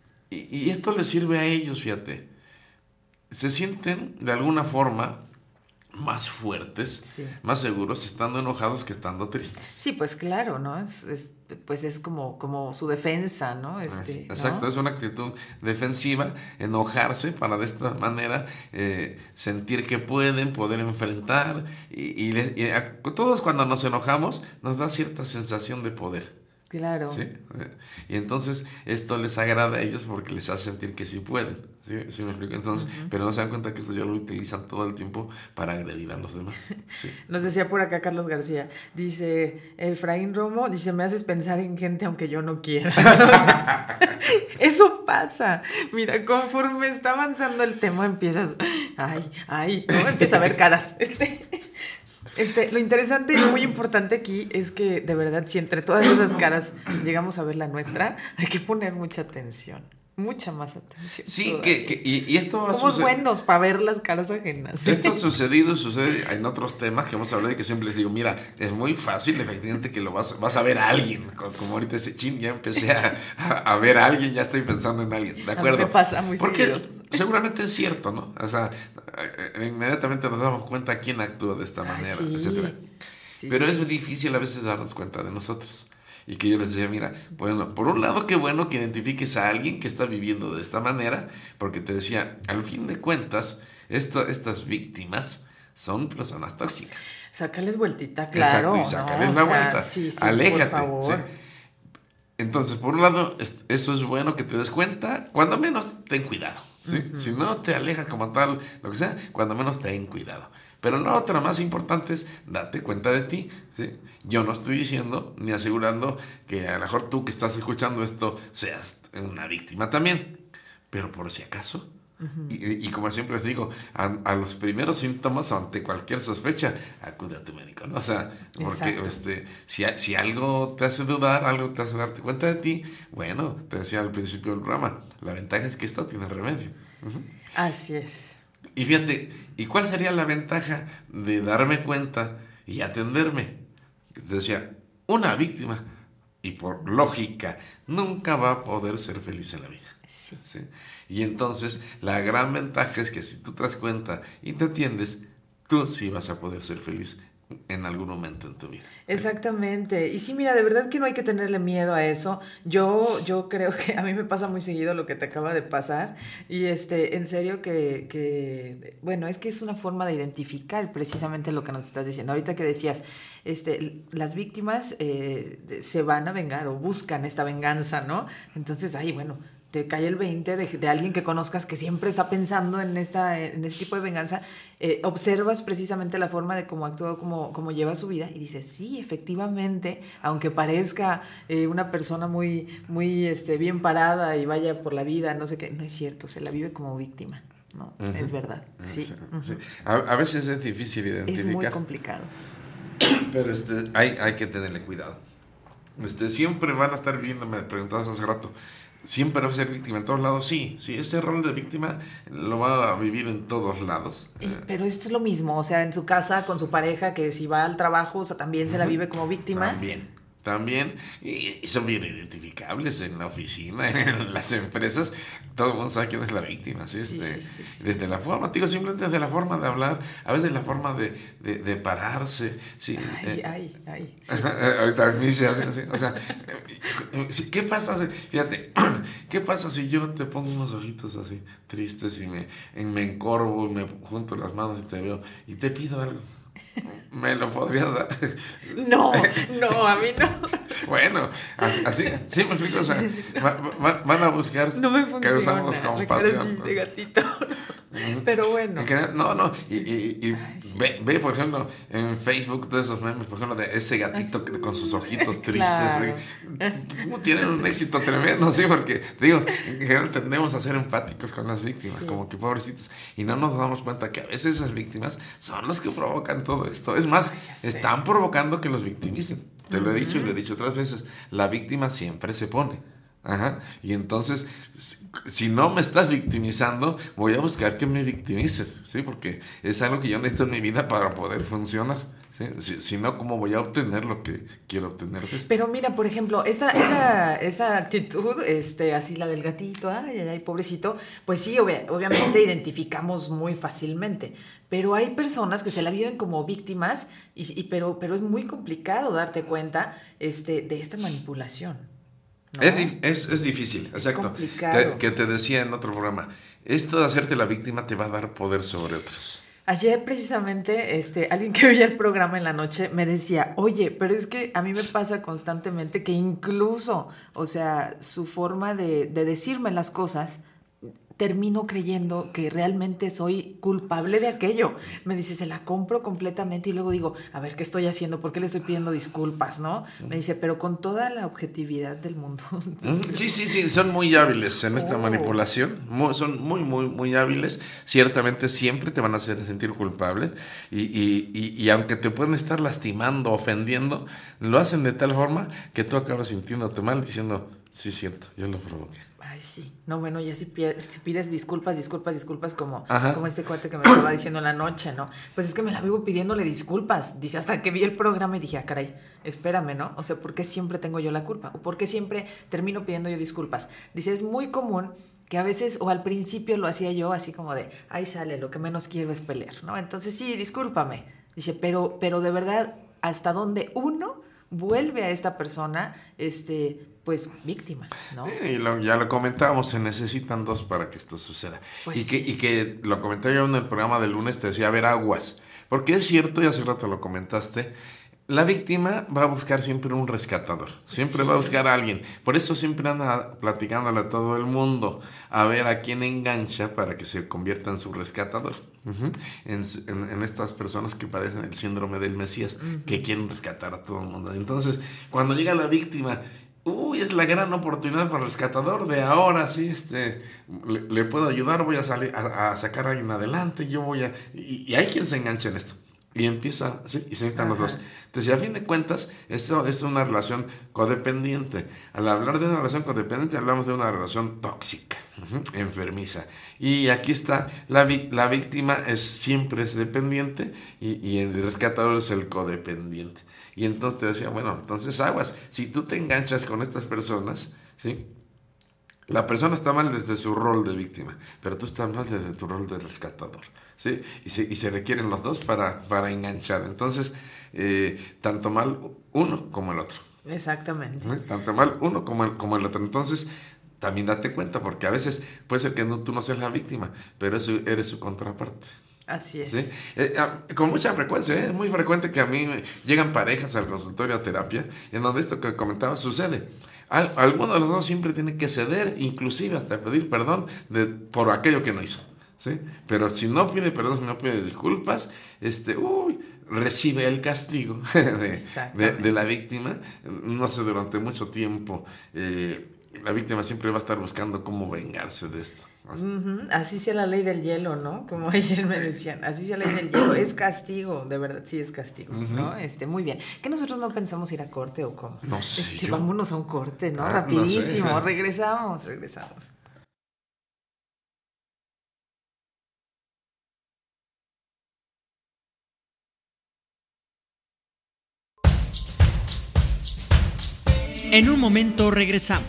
y esto les sirve a ellos, fíjate, se sienten de alguna forma más fuertes, sí, más seguros estando enojados que estando tristes. Sí, pues claro, ¿no? Es como su defensa, ¿no? Exacto, ¿no? Es una actitud defensiva, enojarse para de esta manera sentir que poder enfrentar y todos cuando nos enojamos nos da cierta sensación de poder. Claro. ¿Sí? Y entonces esto les agrada a ellos porque les hace sentir que sí pueden. ¿Sí me explico? Entonces, uh-huh. Pero no se dan cuenta que esto ya lo utilizan todo el tiempo para agredir a los demás. Sí. Nos decía por acá Carlos García, dice, Efraín Romo, dice, me haces pensar en gente aunque yo no quiera. O sea, eso pasa. Mira, conforme está avanzando el tema, empiezas, ¿no? Empieza a ver caras. Lo interesante y muy importante aquí es que, de verdad, si entre todas esas caras llegamos a ver la nuestra, hay que poner mucha atención. Mucha más atención. Sí, y esto va a suceder. Somos buenos para ver las caras ajenas. Esto sucede en otros temas que hemos hablado y que siempre les digo, mira, es muy fácil, efectivamente, que lo vas a ver a alguien. Como ahorita ese ya empecé a ver a alguien, ya estoy pensando en alguien, ¿de acuerdo? Me pasa muy porque seguido. Seguramente es cierto, ¿no? O sea, inmediatamente nos damos cuenta quién actúa de esta manera, sí, etcétera. Sí, pero sí. Es difícil a veces darnos cuenta de nosotros. Y que yo les decía, mira, bueno, por un lado qué bueno que identifiques a alguien que está viviendo de esta manera, porque te decía, al fin de cuentas, estas víctimas son personas tóxicas. Sácales vueltita, claro. Exacto, y sácales la vuelta. Sí, aléjate. Por favor. ¿Sí? Entonces, por un lado, eso es bueno que te des cuenta, cuando menos ten cuidado, ¿sí? Si no te aleja como tal, lo que sea, cuando menos ten cuidado. Pero la otra más importante es date cuenta de ti, ¿sí? Yo no estoy diciendo ni asegurando que a lo mejor tú que estás escuchando esto seas una víctima también, pero por si acaso. Y como siempre les digo, a los primeros síntomas, ante cualquier sospecha, acude a tu médico, ¿no? O sea, porque si algo te hace dudar, algo te hace darte cuenta de ti, bueno, te decía al principio del programa, la ventaja es que esto tiene remedio. Así es. Y fíjate, ¿y cuál sería la ventaja de darme cuenta y atenderme? Te decía, una víctima, y por lógica, nunca va a poder ser feliz en la vida. Sí. ¿Sí? Y entonces, la gran ventaja es que si tú te das cuenta y te atiendes, tú sí vas a poder ser feliz en algún momento en tu vida. Exactamente. Y sí, mira, de verdad que no hay que tenerle miedo a eso. Yo creo que a mí me pasa muy seguido lo que te acaba de pasar. Y en serio que bueno, es que es una forma de identificar precisamente lo que nos estás diciendo. Ahorita que decías, las víctimas se van a vengar o buscan esta venganza, ¿no? Entonces, bueno, te cae el 20 de alguien que conozcas que siempre está pensando en este tipo de venganza, observas precisamente la forma de cómo actúa, cómo lleva su vida y dices, sí, efectivamente, aunque parezca una persona muy, muy bien parada y vaya por la vida, no sé qué, no es cierto, se la vive como víctima, ¿no? Es verdad, sí. Sí. A veces es difícil identificar. Es muy complicado. Pero hay que tenerle cuidado. Siempre van a estar viviendo, me preguntabas hace rato, siempre va a ser víctima en todos lados. Sí, ese rol de víctima lo va a vivir en todos lados. Pero esto es lo mismo, o sea, en su casa, con su pareja, que si va al trabajo, o sea, también se la vive como víctima. También, y son bien identificables en la oficina, en las empresas, todo el mundo sabe quién es la víctima, ¿sí? Sí. Desde la forma, simplemente desde la forma de hablar, a veces la forma de pararse, ¿sí? Sí. Ahorita me dice así, o sea, ¿qué pasa? Fíjate, ¿qué pasa si yo te pongo unos ojitos así, tristes, y me encorvo, y me junto las manos y te veo, y te pido algo? ¿Me lo podrías dar? No, a mí no. Bueno, así, sí me explico, o sea, van a buscar no me funciona, que usamos compasión. De gatito. Pero bueno. No, y ve, por ejemplo, en Facebook de esos memes, por ejemplo, de ese gatito con sus ojitos tristes, claro. Tienen un éxito tremendo, sí, porque, digo, en general tendemos a ser empáticos con las víctimas, sí. Como que pobrecitos, y no nos damos cuenta que a veces esas víctimas son los que provocan todo esto. Es más, están provocando que los victimicen. Te lo he dicho y lo he dicho otras veces, la víctima siempre se pone. Y entonces, si no me estás victimizando, voy a buscar que me victimices, ¿sí? Porque es algo que yo necesito en mi vida para poder funcionar, ¿sí? Si no, ¿cómo voy a obtener lo que quiero obtener? Pero mira, por ejemplo, esa actitud, así la del gatito, ay, pobrecito, pues sí, obviamente identificamos muy fácilmente. Pero hay personas que se la viven como víctimas, pero es muy complicado darte cuenta de esta manipulación, ¿no? Es difícil, es exacto. Complicado. Que te decía en otro programa, esto de hacerte la víctima te va a dar poder sobre otros. Ayer precisamente alguien que veía el programa en la noche me decía, oye, pero es que a mí me pasa constantemente que incluso, o sea, su forma de decirme las cosas, termino creyendo que realmente soy culpable de aquello. Me dice, se la compro completamente y luego digo, a ver, ¿qué estoy haciendo? ¿Por qué le estoy pidiendo disculpas, no? Me dice, pero con toda la objetividad del mundo. Entonces, sí, son muy hábiles en esta manipulación, son muy, muy, muy hábiles. Ciertamente siempre te van a hacer sentir culpable y aunque te pueden estar lastimando, ofendiendo, lo hacen de tal forma que tú acabas sintiéndote mal diciendo, sí, es cierto, yo lo provoqué. Ay, sí. No, bueno, ya si pides disculpas como este cuate que me estaba diciendo en la noche, ¿no? Pues es que me la vivo pidiéndole disculpas. Dice, hasta que vi el programa y dije, caray, espérame, ¿no? O sea, ¿por qué siempre tengo yo la culpa? ¿O por qué siempre termino pidiendo yo disculpas? Dice, es muy común que a veces, o al principio lo hacía yo así como de, ahí sale, lo que menos quiero es pelear, ¿no? Entonces sí, discúlpame. Dice, pero de verdad, ¿hasta dónde uno vuelve a esta persona, pues víctima, ¿no? Ya lo comentábamos, se necesitan dos para que esto suceda. Pues y que lo comenté yo en el programa del lunes, te decía, a ver, aguas. Porque es cierto, y hace rato lo comentaste, la víctima va a buscar siempre un rescatador, siempre va a buscar a alguien. Por eso siempre anda platicándole a todo el mundo, a ver a quién engancha para que se convierta en su rescatador. En estas personas que padecen el síndrome del Mesías, que quieren rescatar a todo el mundo. Entonces, cuando llega la víctima, es la gran oportunidad para el rescatador de ahora, sí, le puedo ayudar, voy a salir a sacar a alguien adelante, y hay quien se engancha en esto. Y empieza, sí, y se necesitan los dos. Entonces, a fin de cuentas, esto es una relación codependiente. Al hablar de una relación codependiente, hablamos de una relación tóxica, enfermiza. Y aquí está, la víctima siempre es dependiente y el rescatador es el codependiente. Y entonces te decía, bueno, entonces aguas, si tú te enganchas con estas personas, ¿sí? La persona está mal desde su rol de víctima, pero tú estás mal desde tu rol de rescatador, ¿sí? Y se requieren los dos para enganchar. Entonces, tanto mal uno como el otro. Exactamente. Tanto mal uno como el otro. Entonces, también date cuenta, porque a veces puede ser que tú no seas la víctima, pero eres su contraparte. Así es. ¿Sí? Con mucha frecuencia, es muy frecuente que a mí llegan parejas al consultorio a terapia, en donde esto que comentaba sucede. Alguno de los dos siempre tiene que ceder, inclusive hasta pedir perdón por aquello que no hizo, ¿sí? Pero si no pide perdón, si no pide disculpas, recibe el castigo de la víctima. No sé, durante mucho tiempo la víctima siempre va a estar buscando cómo vengarse de esto. Así sea la ley del hielo, ¿no? Como ayer me decían, así sea la ley del hielo, es castigo, de verdad, sí es castigo, ¿no? Muy bien. ¿Que nosotros no pensamos ir a corte o cómo? No sé. Vámonos a un corte, ¿no? Rapidísimo, no sé. regresamos. En un momento regresamos.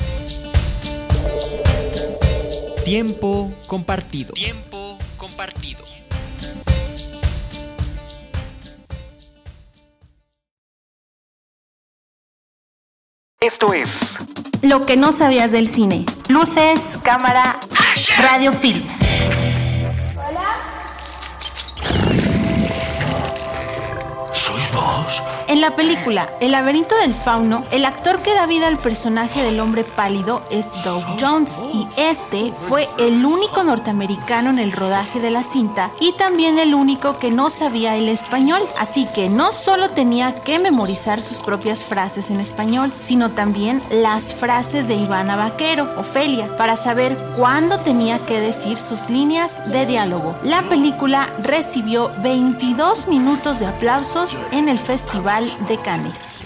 Tiempo compartido. Tiempo compartido. Esto es Lo que no sabías del cine. Luces, cámara, radio, films. ¿Sois vos? En la película El laberinto del fauno, el actor que da vida al personaje del hombre pálido es Doug Jones, y este fue el único norteamericano en el rodaje de la cinta y también el único que no sabía el español, así que no solo tenía que memorizar sus propias frases en español, sino también las frases de Ivana Vaquero, Ofelia, para saber cuándo tenía que decir sus líneas de diálogo. La película recibió 22 minutos de aplausos en el Festival de Cannes.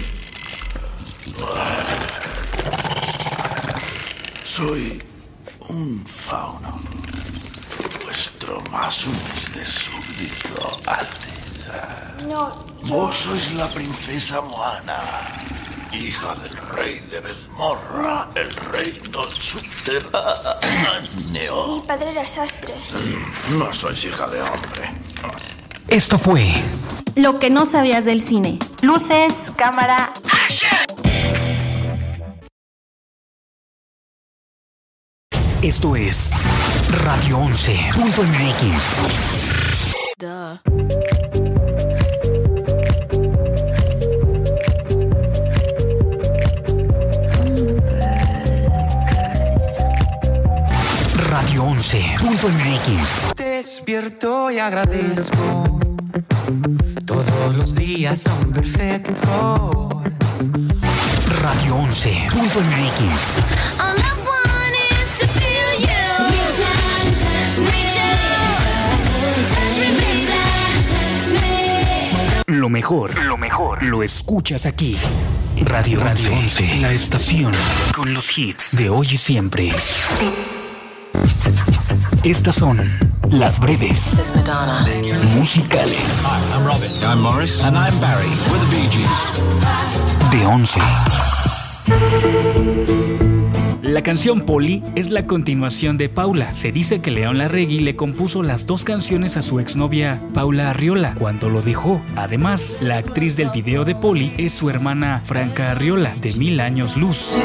Soy un fauno, vuestro más humilde súbdito, Alteza. No, Vos sois la princesa Moana, hija del rey de Bedmorra, el reino subterráneo. Mi padre era sastre. No sois hija de hombre. Esto fue Lo que no sabías del cine. Luces, cámara. Esto es Radio 11.mx. Radio 11.mx. Despierto y agradezco. Todos los días son perfectos. Radio 11.mx. Lo mejor lo escuchas aquí. Radio 11, la estación con los hits de hoy y siempre. Estas son las breves musicales. Hi, I'm Robin. I'm Morris. And I'm Barry. We're the Bee Gees. De 11. La canción Polly es la continuación de Paula. Se dice que León Larregui le compuso las dos canciones a su exnovia Paula Arriola cuando lo dejó. Además, la actriz del video de Polly es su hermana Franca Arriola, de 1000 años luz.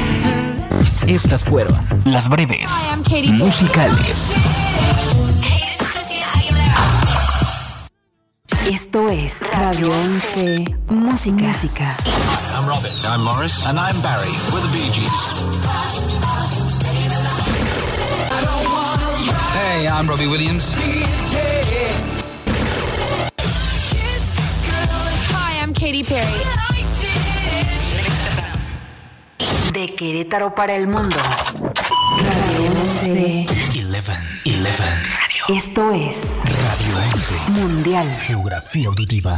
Estas fueron las breves musicales. Esto es Radio 11 Música. Hi, I'm Robin. I'm Morris. And I'm Barry. We're the Bee Gees. Hey, I'm Robbie Williams. Hi, I'm Katy Perry. De Querétaro para el mundo. Radio 11. 11. Esto es Radio 11. Mundial. Geografía auditiva.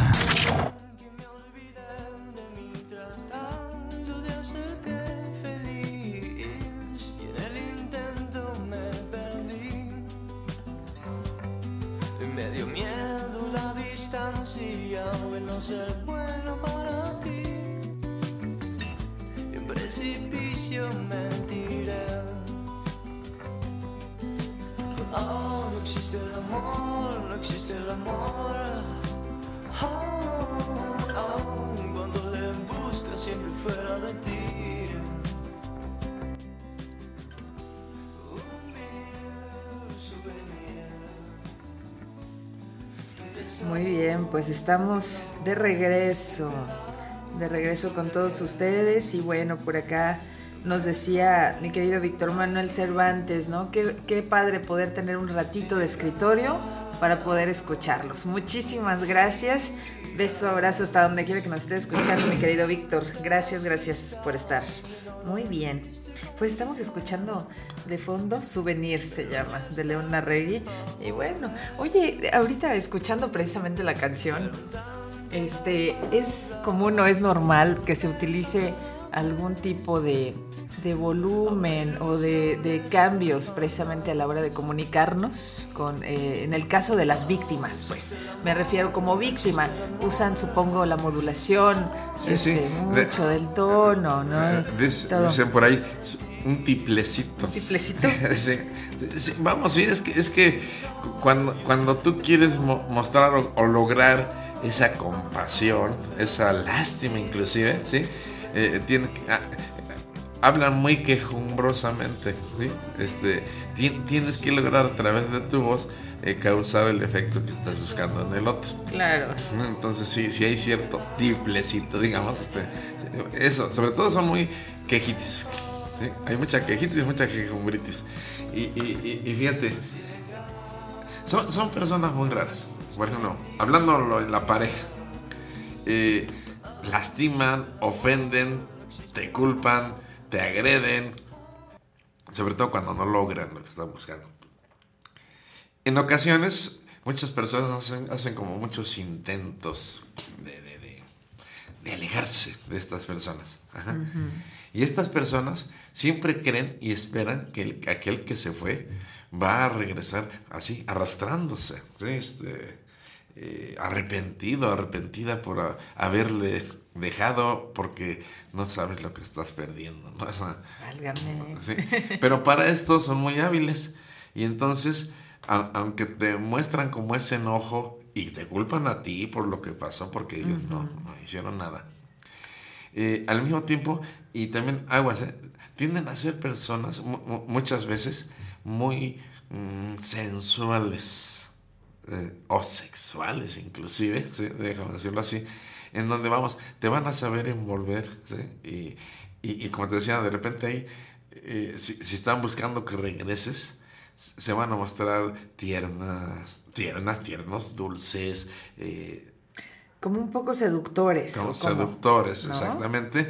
Me dio miedo la distancia, el no ser bueno para ti. En precipicio me tiré. Oh, no existe el amor, no existe el amor. Oh, cuando le buscas siempre fuera de ti. Muy bien, pues estamos de regreso con todos ustedes. Y bueno, por acá nos decía mi querido Víctor Manuel Cervantes, ¿no? Qué padre poder tener un ratito de escritorio para poder escucharlos. Muchísimas gracias. Beso, abrazo hasta donde quiera que nos esté escuchando, mi querido Víctor. Gracias por estar. Muy bien. Pues estamos escuchando de fondo Souvenir, se llama, de León Larregui. Y bueno, oye, ahorita escuchando precisamente la canción, es común o es normal que se utilice algún tipo de volumen o de cambios precisamente a la hora de comunicarnos en el caso de las víctimas, pues me refiero como víctima, usan supongo la modulación, mucho del tono, ¿no? Dicen por ahí un tiplecito. ¿Tiplecito? Sí, vamos, sí, es que cuando tú quieres mostrar o lograr esa compasión, esa lástima inclusive, ¿sí? Hablan muy quejumbrosamente, ¿sí? Tienes que lograr a través de tu voz causar el efecto que estás buscando en el otro. Claro. Entonces sí hay cierto tiplecito, digamos, eso, sobre todo son muy quejitis, ¿sí? Hay mucha quejitis y mucha quejumbritis. Y fíjate, son personas muy raras. Por ejemplo, hablando en la pareja, lastiman, ofenden, te culpan, te agreden, sobre todo cuando no logran lo que están buscando. En ocasiones, muchas personas hacen como muchos intentos de alejarse de estas personas. Ajá. Uh-huh. Y estas personas siempre creen y esperan que aquel que se fue va a regresar así, arrastrándose, ¿sí? Arrepentida por haberle dejado, porque no sabes lo que estás perdiendo, ¿no? Sí. Pero para esto son muy hábiles, y entonces aunque te muestran como ese enojo y te culpan a ti por lo que pasó, porque ellos no hicieron nada, al mismo tiempo, y también aguas, tienden a ser personas muchas veces muy sensuales, o sexuales inclusive, ¿sí? Déjame decirlo así, en donde te van a saber envolver, ¿sí? Y como te decía, de repente ahí, si están buscando que regreses, se van a mostrar tiernos, dulces, como un poco seductores. Como seductores, ¿no? Exactamente.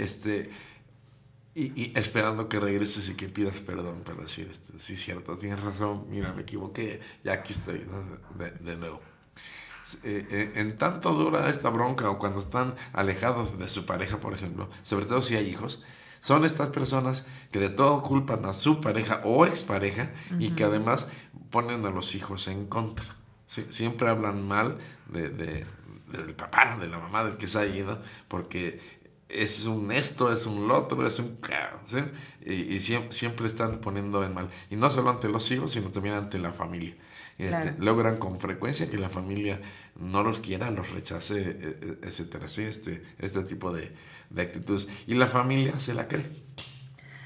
Y esperando que regreses y que pidas perdón para decir, sí, cierto, tienes razón, mira, me equivoqué, ya aquí estoy, ¿no? de nuevo. En tanto dura esta bronca, o cuando están alejados de su pareja, por ejemplo, sobre todo si hay hijos, son estas personas que de todo culpan a su pareja o expareja, y que además ponen a los hijos en contra, ¿sí? Siempre hablan mal del papá, de la mamá, del que se ha ido, porque es un esto, es un lo otro, es un caos, ¿sí? Y siempre están poniendo en mal, y no solo ante los hijos, sino también ante la familia. Claro. Logran con frecuencia que la familia no los quiera, los rechace, etcétera, ¿sí? Este tipo de actitudes, y la familia se la cree.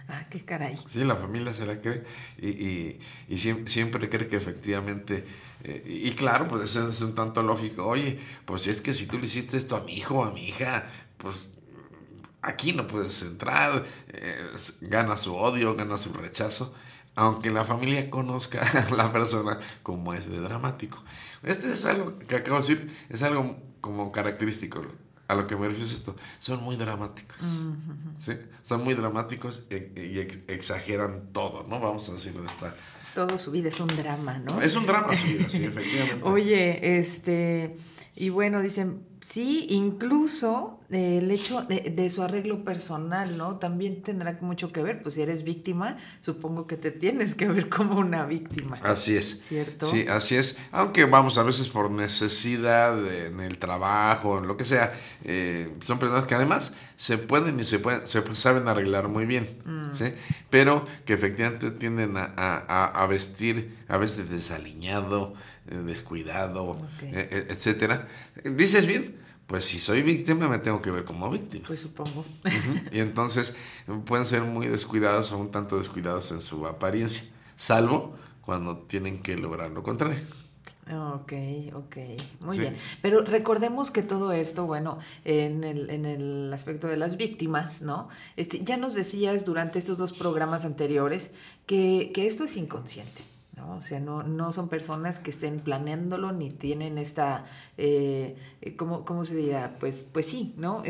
Ah, qué caray. Sí, la familia se la cree y siempre cree que efectivamente, y claro, pues eso es un tanto lógico. Oye, pues es que si tú le hiciste esto a mi hijo o a mi hija, pues aquí no puedes entrar, gana su odio, gana su rechazo, aunque la familia conozca a la persona como es de dramático. Este es algo que acabo de decir, es algo como característico. A lo que me refiero es esto, son muy dramáticos, ¿sí? Son muy dramáticos y exageran todo, ¿no? Vamos a decirlo de esta... Todo su vida es un drama, ¿no? Es un drama su vida, sí, efectivamente. Oye, y bueno, dicen, sí, incluso el hecho de su arreglo personal, ¿no? También tendrá mucho que ver, pues si eres víctima, supongo que te tienes que ver como una víctima. Así es. ¿Cierto? Sí, así es. Aunque vamos, a veces por necesidad en el trabajo, en lo que sea, son personas que además se saben arreglar muy bien, ¿sí? Pero que efectivamente tienden a vestir a veces desaliñado, descuidado, etcétera. ¿Dices bien? Pues si soy víctima me tengo que ver como víctima. Pues supongo. Y entonces pueden ser muy descuidados o un tanto descuidados en su apariencia, salvo cuando tienen que lograr lo contrario. Ok, muy bien. Pero recordemos que todo esto, bueno, en el aspecto de las víctimas, ¿no? Ya nos decías durante estos 2 programas anteriores que esto es inconsciente, ¿no? O sea, no son personas que estén planeándolo ni tienen esta, ¿cómo se dirá? Pues sí, ¿no?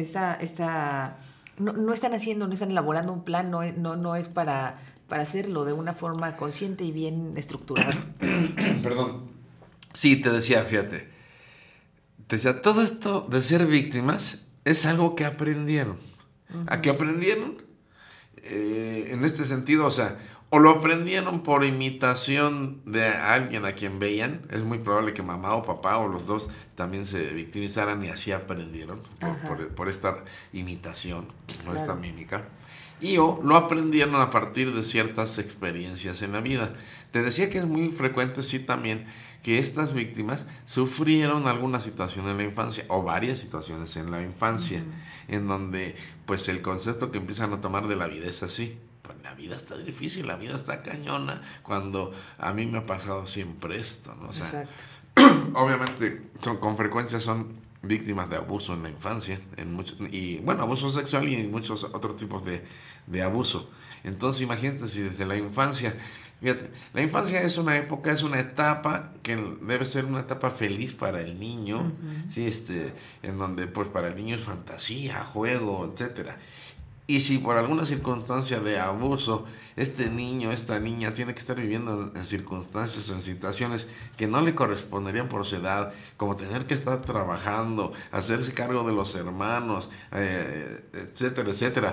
No están haciendo, no están elaborando un plan, no es para hacerlo de una forma consciente y bien estructurada. Perdón. Sí, te decía, fíjate. Todo esto de ser víctimas es algo que aprendieron. ¿A qué aprendieron? En este sentido, o sea, o lo aprendieron por imitación de alguien a quien veían. Es muy probable que mamá o papá o los dos también se victimizaran y así aprendieron por esta imitación, por esta mímica. O lo aprendieron a partir de ciertas experiencias en la vida. Te decía que es muy frecuente, sí, también, que estas víctimas sufrieron alguna situación en la infancia o varias situaciones en la infancia, en donde pues el concepto que empiezan a tomar de la vida es así. Pues la vida está difícil, la vida está cañona, cuando a mí me ha pasado siempre esto, ¿no? O sea, obviamente con frecuencia son víctimas de abuso en la infancia, abuso sexual y muchos otros tipos de abuso. Entonces imagínate si desde la infancia, fíjate, la infancia es una época, es una etapa que debe ser una etapa feliz para el niño, ¿sí? En donde pues para el niño es fantasía, juego, etcétera. Y si por alguna circunstancia de abuso este niño, esta niña tiene que estar viviendo en circunstancias o en situaciones que no le corresponderían por su edad, como tener que estar trabajando, hacerse cargo de los hermanos, etcétera, etcétera,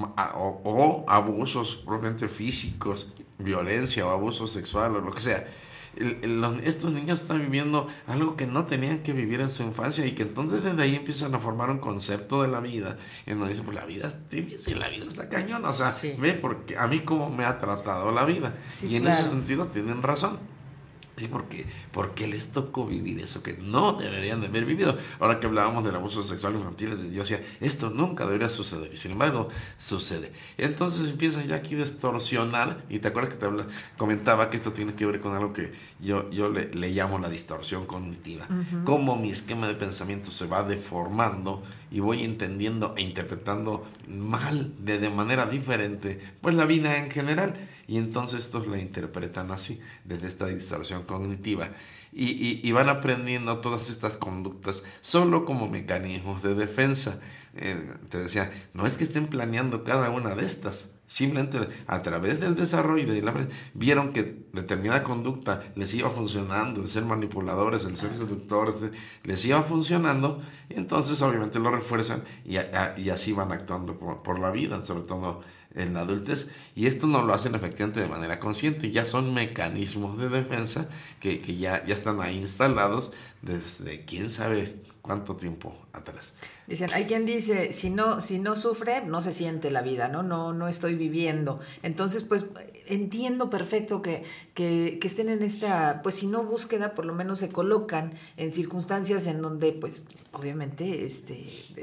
o abusos propiamente físicos, violencia o abuso sexual o lo que sea. Estos niños están viviendo algo que no tenían que vivir en su infancia y que entonces desde ahí empiezan a formar un concepto de la vida en donde dicen, pues la vida es difícil, la vida está cañona, o sea, ve porque a mí cómo me ha tratado la vida, y en ese sentido tienen razón. Sí, porque les tocó vivir eso que no deberían de haber vivido. Ahora que hablábamos del abuso sexual infantil, yo decía, esto nunca debería suceder, y sin embargo, sucede. Entonces empiezan ya aquí a distorsionar, y te acuerdas que comentaba que esto tiene que ver con algo que yo le llamo la distorsión cognitiva. Cómo mi esquema de pensamiento se va deformando y voy entendiendo e interpretando mal, de manera diferente, pues la vida en general. Y entonces estos la interpretan así, desde esta distorsión cognitiva. Y van aprendiendo todas estas conductas solo como mecanismos de defensa. Te decía, no es que estén planeando cada una de estas. Simplemente a través del desarrollo vieron que determinada conducta les iba funcionando, el ser manipuladores, el ser seductores, les iba funcionando, y entonces obviamente lo refuerzan y así van actuando por la vida, sobre todo en la adultez, y esto no lo hacen efectivamente de manera consciente, ya son mecanismos de defensa que ya están ahí instalados desde quién sabe cuánto tiempo atrás. Dicen, hay quien dice, si no sufre, no se siente la vida, no estoy viviendo. Entonces, pues, entiendo perfecto que estén en esta, pues, si no búsqueda, por lo menos se colocan en circunstancias en donde, pues, obviamente,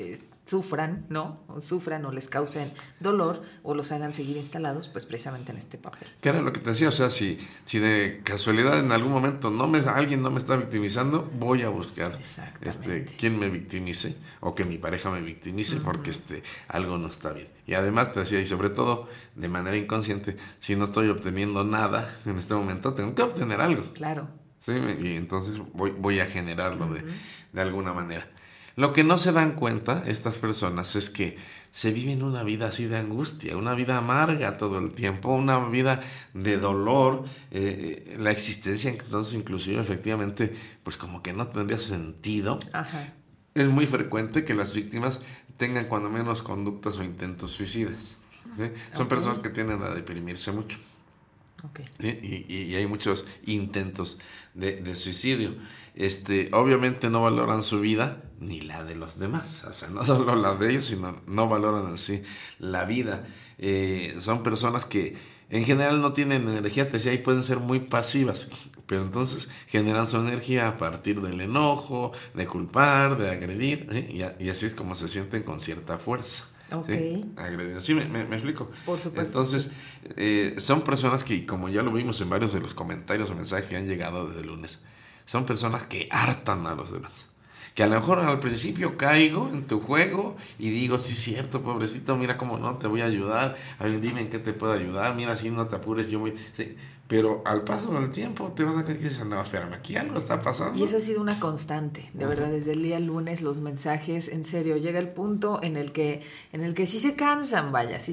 sufran, ¿no? O sufran o les causen dolor o los hagan seguir instalados, pues precisamente en este papel. Que era lo que te decía, o sea, si de casualidad en algún momento alguien no me está victimizando, voy a buscar quién me victimice o que mi pareja me victimice, porque algo no está bien. Y además te decía, y sobre todo de manera inconsciente, si no estoy obteniendo nada en este momento, tengo que obtener algo. Claro. Sí, y entonces voy a generarlo de alguna manera. Lo que no se dan cuenta estas personas es que se viven una vida así de angustia, una vida amarga todo el tiempo, una vida de dolor, la existencia entonces inclusive efectivamente pues como que no tendría sentido. Ajá. Es muy frecuente que las víctimas tengan cuando menos conductas o intentos suicidas, ¿sí? Son personas que tienden a deprimirse mucho. Okay. ¿Sí? Y hay muchos intentos de suicidio. Obviamente no valoran su vida ni la de los demás, o sea, no solo la de ellos, sino no valoran en sí la vida. Son personas que en general no tienen energía, te decía, y pueden ser muy pasivas, pero entonces generan su energía a partir del enojo, de culpar, de agredir, ¿sí? Y así es como se sienten con cierta fuerza. Okay. ¿Sí? Agreden. Sí, me explico. Por supuesto. Entonces, son personas que, como ya lo vimos en varios de los comentarios o mensajes que han llegado desde el lunes, son personas que hartan a los demás. Que a lo mejor al principio caigo en tu juego y digo, sí, cierto, pobrecito, mira cómo no, te voy a ayudar, dime en qué te puedo ayudar, mira, si no te apures, yo voy... Sí. Pero al paso del tiempo te vas a dar cuenta que dices, no, espérame, aquí algo está pasando. Y eso ha sido una constante, de verdad, desde el día lunes los mensajes, en serio, llega el punto en el que sí se cansan,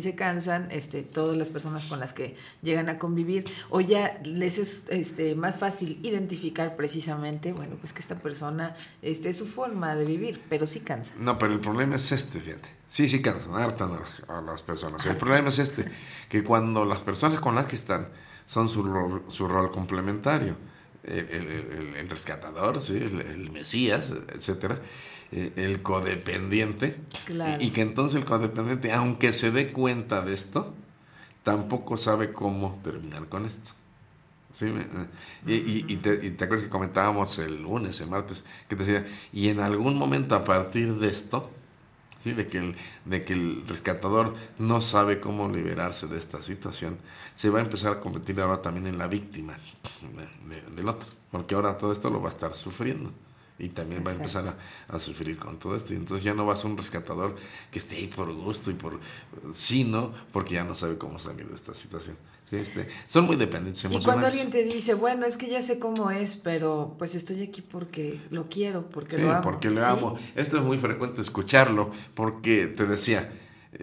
todas las personas con las que llegan a convivir, o ya les es más fácil identificar precisamente, bueno, pues que esta persona es su forma de vivir, pero sí cansa. No, pero el problema es fíjate. Sí cansan, hartan a las personas. El problema es que cuando las personas con las que están son su rol complementario, el rescatador, ¿sí? el Mesías, etcétera, el codependiente, claro. y que entonces el codependiente, aunque se dé cuenta de esto, tampoco sabe cómo terminar con esto. ¿Sí? Y te acuerdas que comentábamos el lunes, el martes, que te decía, y en algún momento a partir de esto, ¿sí? de que el rescatador no sabe cómo liberarse de esta situación, se va a empezar a convertir ahora también en la víctima del otro, porque ahora todo esto lo va a estar sufriendo y también va a empezar a sufrir con todo esto, y entonces ya no va a ser un rescatador que esté ahí por gusto y sino porque ya no sabe cómo salir de esta situación. Sí, son muy dependientes emocionales. Y cuando alguien te dice, bueno, es que ya sé cómo es, pero pues estoy aquí porque lo quiero, porque lo amo. Porque lo amo. Esto es muy frecuente escucharlo, porque te decía,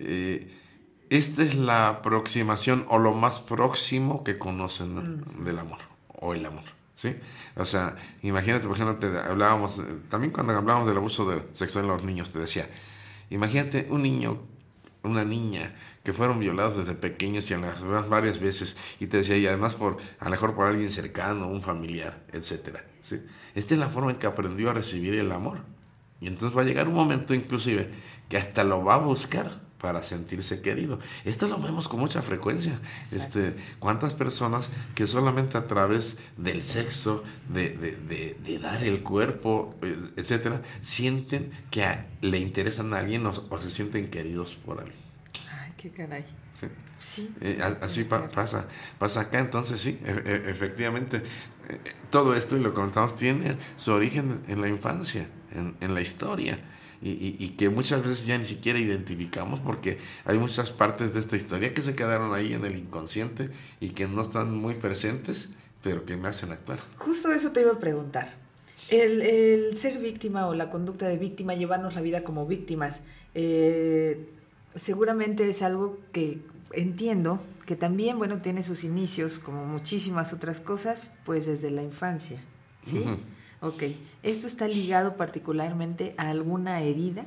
esta es la aproximación o lo más próximo que conocen del amor, o el amor, ¿sí? O sea, imagínate, por ejemplo, hablábamos, también cuando hablábamos del abuso sexual en los niños, te decía, imagínate un niño, una niña, que fueron violados desde pequeños y además varias veces, y te decía, y además a lo mejor por alguien cercano, un familiar, etcétera, ¿sí? Esta es la forma en que aprendió a recibir el amor, y entonces va a llegar un momento inclusive que hasta lo va a buscar para sentirse querido. Esto lo vemos con mucha frecuencia. ¿Cuántas personas que solamente a través del sexo, de dar el cuerpo, etcétera, sienten que le interesan a alguien o se sienten queridos por alguien? Ay, qué caray. Sí. Así pasa acá. Entonces sí, efectivamente, todo esto, y lo comentamos, tiene su origen en la infancia, en la historia. Y que muchas veces ya ni siquiera identificamos, porque hay muchas partes de esta historia que se quedaron ahí en el inconsciente y que no están muy presentes, pero que me hacen actuar. Justo eso te iba a preguntar. El ser víctima o la conducta de víctima, llevarnos la vida como víctimas, seguramente es algo que entiendo que también, bueno, tiene sus inicios, como muchísimas otras cosas, pues desde la infancia, ¿sí? Uh-huh. Ok, ¿esto está ligado particularmente a alguna herida?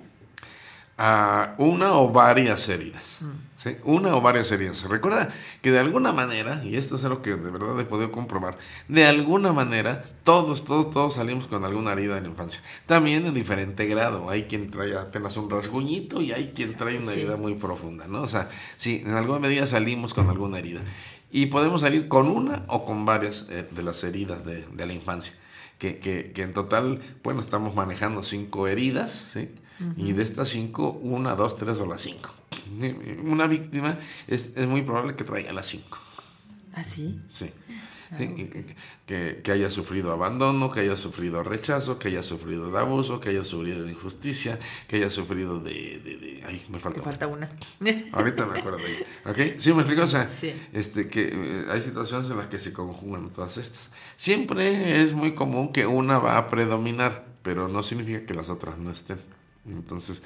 A una o varias heridas. ¿Sí? Una o varias heridas. Recuerda que de alguna manera, y esto es algo que de verdad he podido comprobar, de alguna manera todos salimos con alguna herida en la infancia. También en diferente grado. Hay quien trae apenas un rasguñito y hay quien trae una herida muy profunda, ¿no? O sea, sí, en alguna medida salimos con alguna herida. Y podemos salir con una o con varias de las heridas de la infancia. Que en total, bueno, estamos manejando 5 heridas, ¿sí? Y de estas 5, 1, 2, 3 o las 5. Una víctima es muy probable que traiga las 5. ¿Ah, sí? Sí. Sí, que haya sufrido abandono, que haya sufrido rechazo, que haya sufrido de abuso, que haya sufrido de injusticia, que haya sufrido de ay, me falta una. Ahorita me acuerdo de ella. ¿Ok? ¿Sí me explico? O sea, sí. Que hay situaciones en las que se conjugan todas estas. Siempre es muy común que una va a predominar, pero no significa que las otras no estén. Entonces,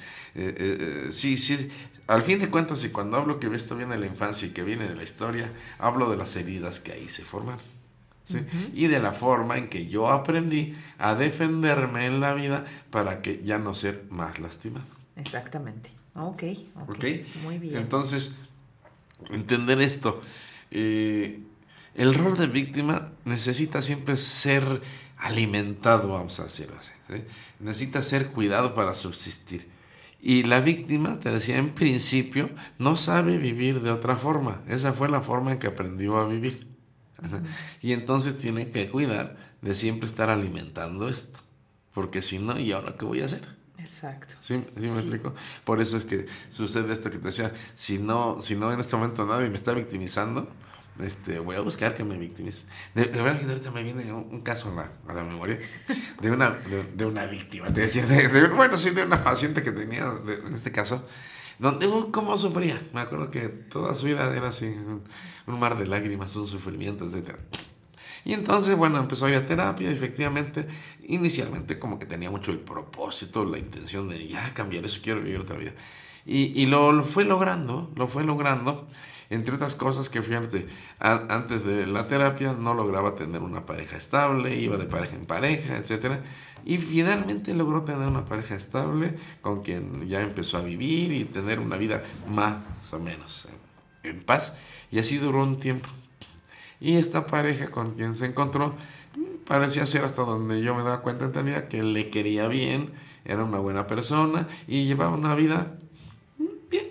sí, al fin de cuentas, y cuando hablo que esto viene de la infancia y que viene de la historia, hablo de las heridas que ahí se forman. ¿Sí? Y de la forma en que yo aprendí a defenderme en la vida para que ya no ser más lastimado. Exactamente. Ok. Muy bien. Entonces, entender esto. El rol de víctima necesita siempre ser alimentado, vamos a decirlo así, ¿sí? Necesita ser cuidado para subsistir. Y la víctima, te decía en principio, no sabe vivir de otra forma. Esa fue la forma en que aprendió a vivir. Y entonces tiene que cuidar de siempre estar alimentando esto, porque si no, ¿y ahora qué voy a hacer? Exacto. ¿Sí me explico? Por eso es que sucede esto que te decía, si no en este momento nadie me está victimizando, voy a buscar que me victimice. De verdad que ahorita me viene un caso a la memoria de una víctima, te decía, de una paciente que tenía, en este caso, donde cómo sufría. Me acuerdo que toda su vida era así, un mar de lágrimas, un sufrimiento, etcétera. Y entonces, bueno, empezó a ir a terapia, efectivamente, inicialmente como que tenía mucho el propósito, la intención de ya cambiar eso, quiero vivir otra vida. Y lo fue logrando, entre otras cosas que, fíjate, antes de la terapia no lograba tener una pareja estable, iba de pareja en pareja, etcétera. Y finalmente logró tener una pareja estable con quien ya empezó a vivir y tener una vida más o menos en paz. Y así duró un tiempo. Y esta pareja con quien se encontró parecía ser, hasta donde yo me daba cuenta, entendía que le quería bien, era una buena persona y llevaba una vida bien,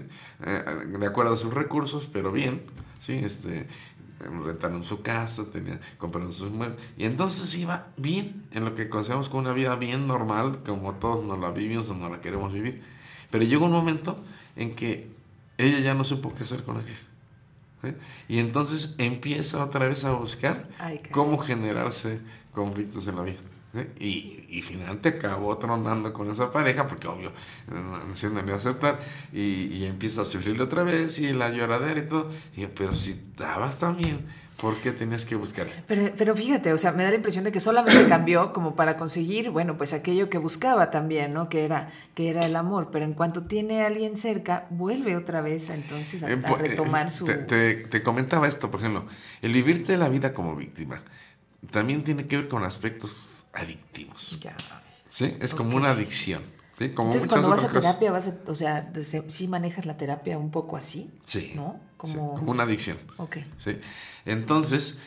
de acuerdo a sus recursos, pero bien, ¿sí? Rentaron su casa, compraron sus muebles, y entonces iba bien, en lo que consideramos como una vida bien normal, como todos nos la vivimos o nos la queremos vivir. Pero llegó un momento en que ella ya no supo qué hacer con aquello. ¿Sí? Y entonces empieza otra vez a buscar cómo generarse conflictos en la vida. ¿Sí? Y finalmente acabó tronando con esa pareja, porque obvio, no le iba a aceptar, y empieza a sufrirle otra vez, y la lloradera y todo. Y yo, pero si estabas tan bien, ¿por qué tenías que buscarle? Pero fíjate, o sea, me da la impresión de que solamente cambió como para conseguir, bueno, pues aquello que buscaba también, ¿no? Que era el amor, pero en cuanto tiene a alguien cerca, vuelve otra vez entonces a retomar su... Te comentaba esto, por ejemplo, el vivirte la vida como víctima también tiene que ver con aspectos adictivos. Ya. ¿Sí? Es como una adicción. ¿Sí? Como entonces, cuando vas a terapia, o sea, ¿sí manejas la terapia un poco así? Sí. ¿No? Como una adicción. Ok. ¿Sí? Entonces,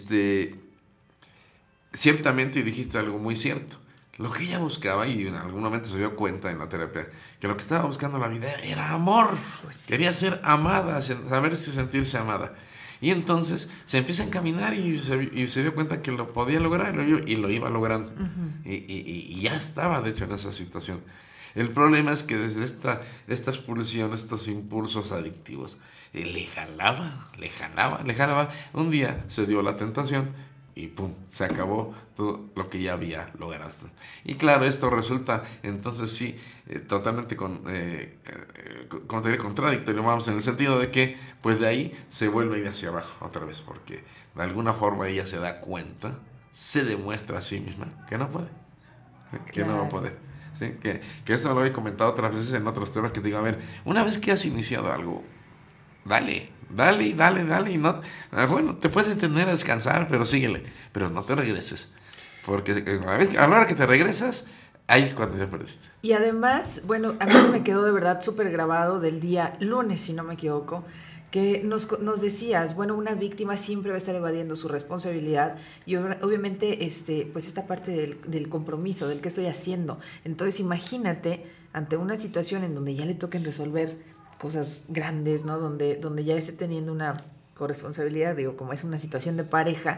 ciertamente, y dijiste algo muy cierto, lo que ella buscaba, y en algún momento se dio cuenta en la terapia, que lo que estaba buscando en la vida era amor. Pues, quería ser amada, saber si sentirse amada. Y entonces se empieza a encaminar y se dio cuenta que lo podía lograr y lo iba logrando. Uh-huh. Y ya estaba, de hecho, en esa situación. El problema es que desde esta expulsión, estos impulsos adictivos, le jalaba. Un día se dio la tentación y ¡pum! Se acabó todo lo que ya había logrado. Y claro, esto resulta entonces sí totalmente contradictorio, vamos, en el sentido de que pues de ahí se vuelve a ir hacia abajo otra vez, porque de alguna forma ella se da cuenta, se demuestra a sí misma que no puede, que no va a poder. ¿Sí? Que esto lo he comentado otras veces en otros temas, que te digo, a ver, una vez que has iniciado algo, dale, y no, bueno, te puedes detener a descansar, pero síguele, pero no te regreses, porque a la hora que te regresas, ahí es cuando ya perdiste. Y además, bueno, a mí se me quedó de verdad súper grabado del día lunes, si no me equivoco, que nos decías, bueno, una víctima siempre va a estar evadiendo su responsabilidad y obviamente pues esta parte del compromiso, del que estoy haciendo. Entonces imagínate ante una situación en donde ya le toquen resolver cosas grandes, ¿no? Donde ya esté teniendo una corresponsabilidad, digo, como es una situación de pareja,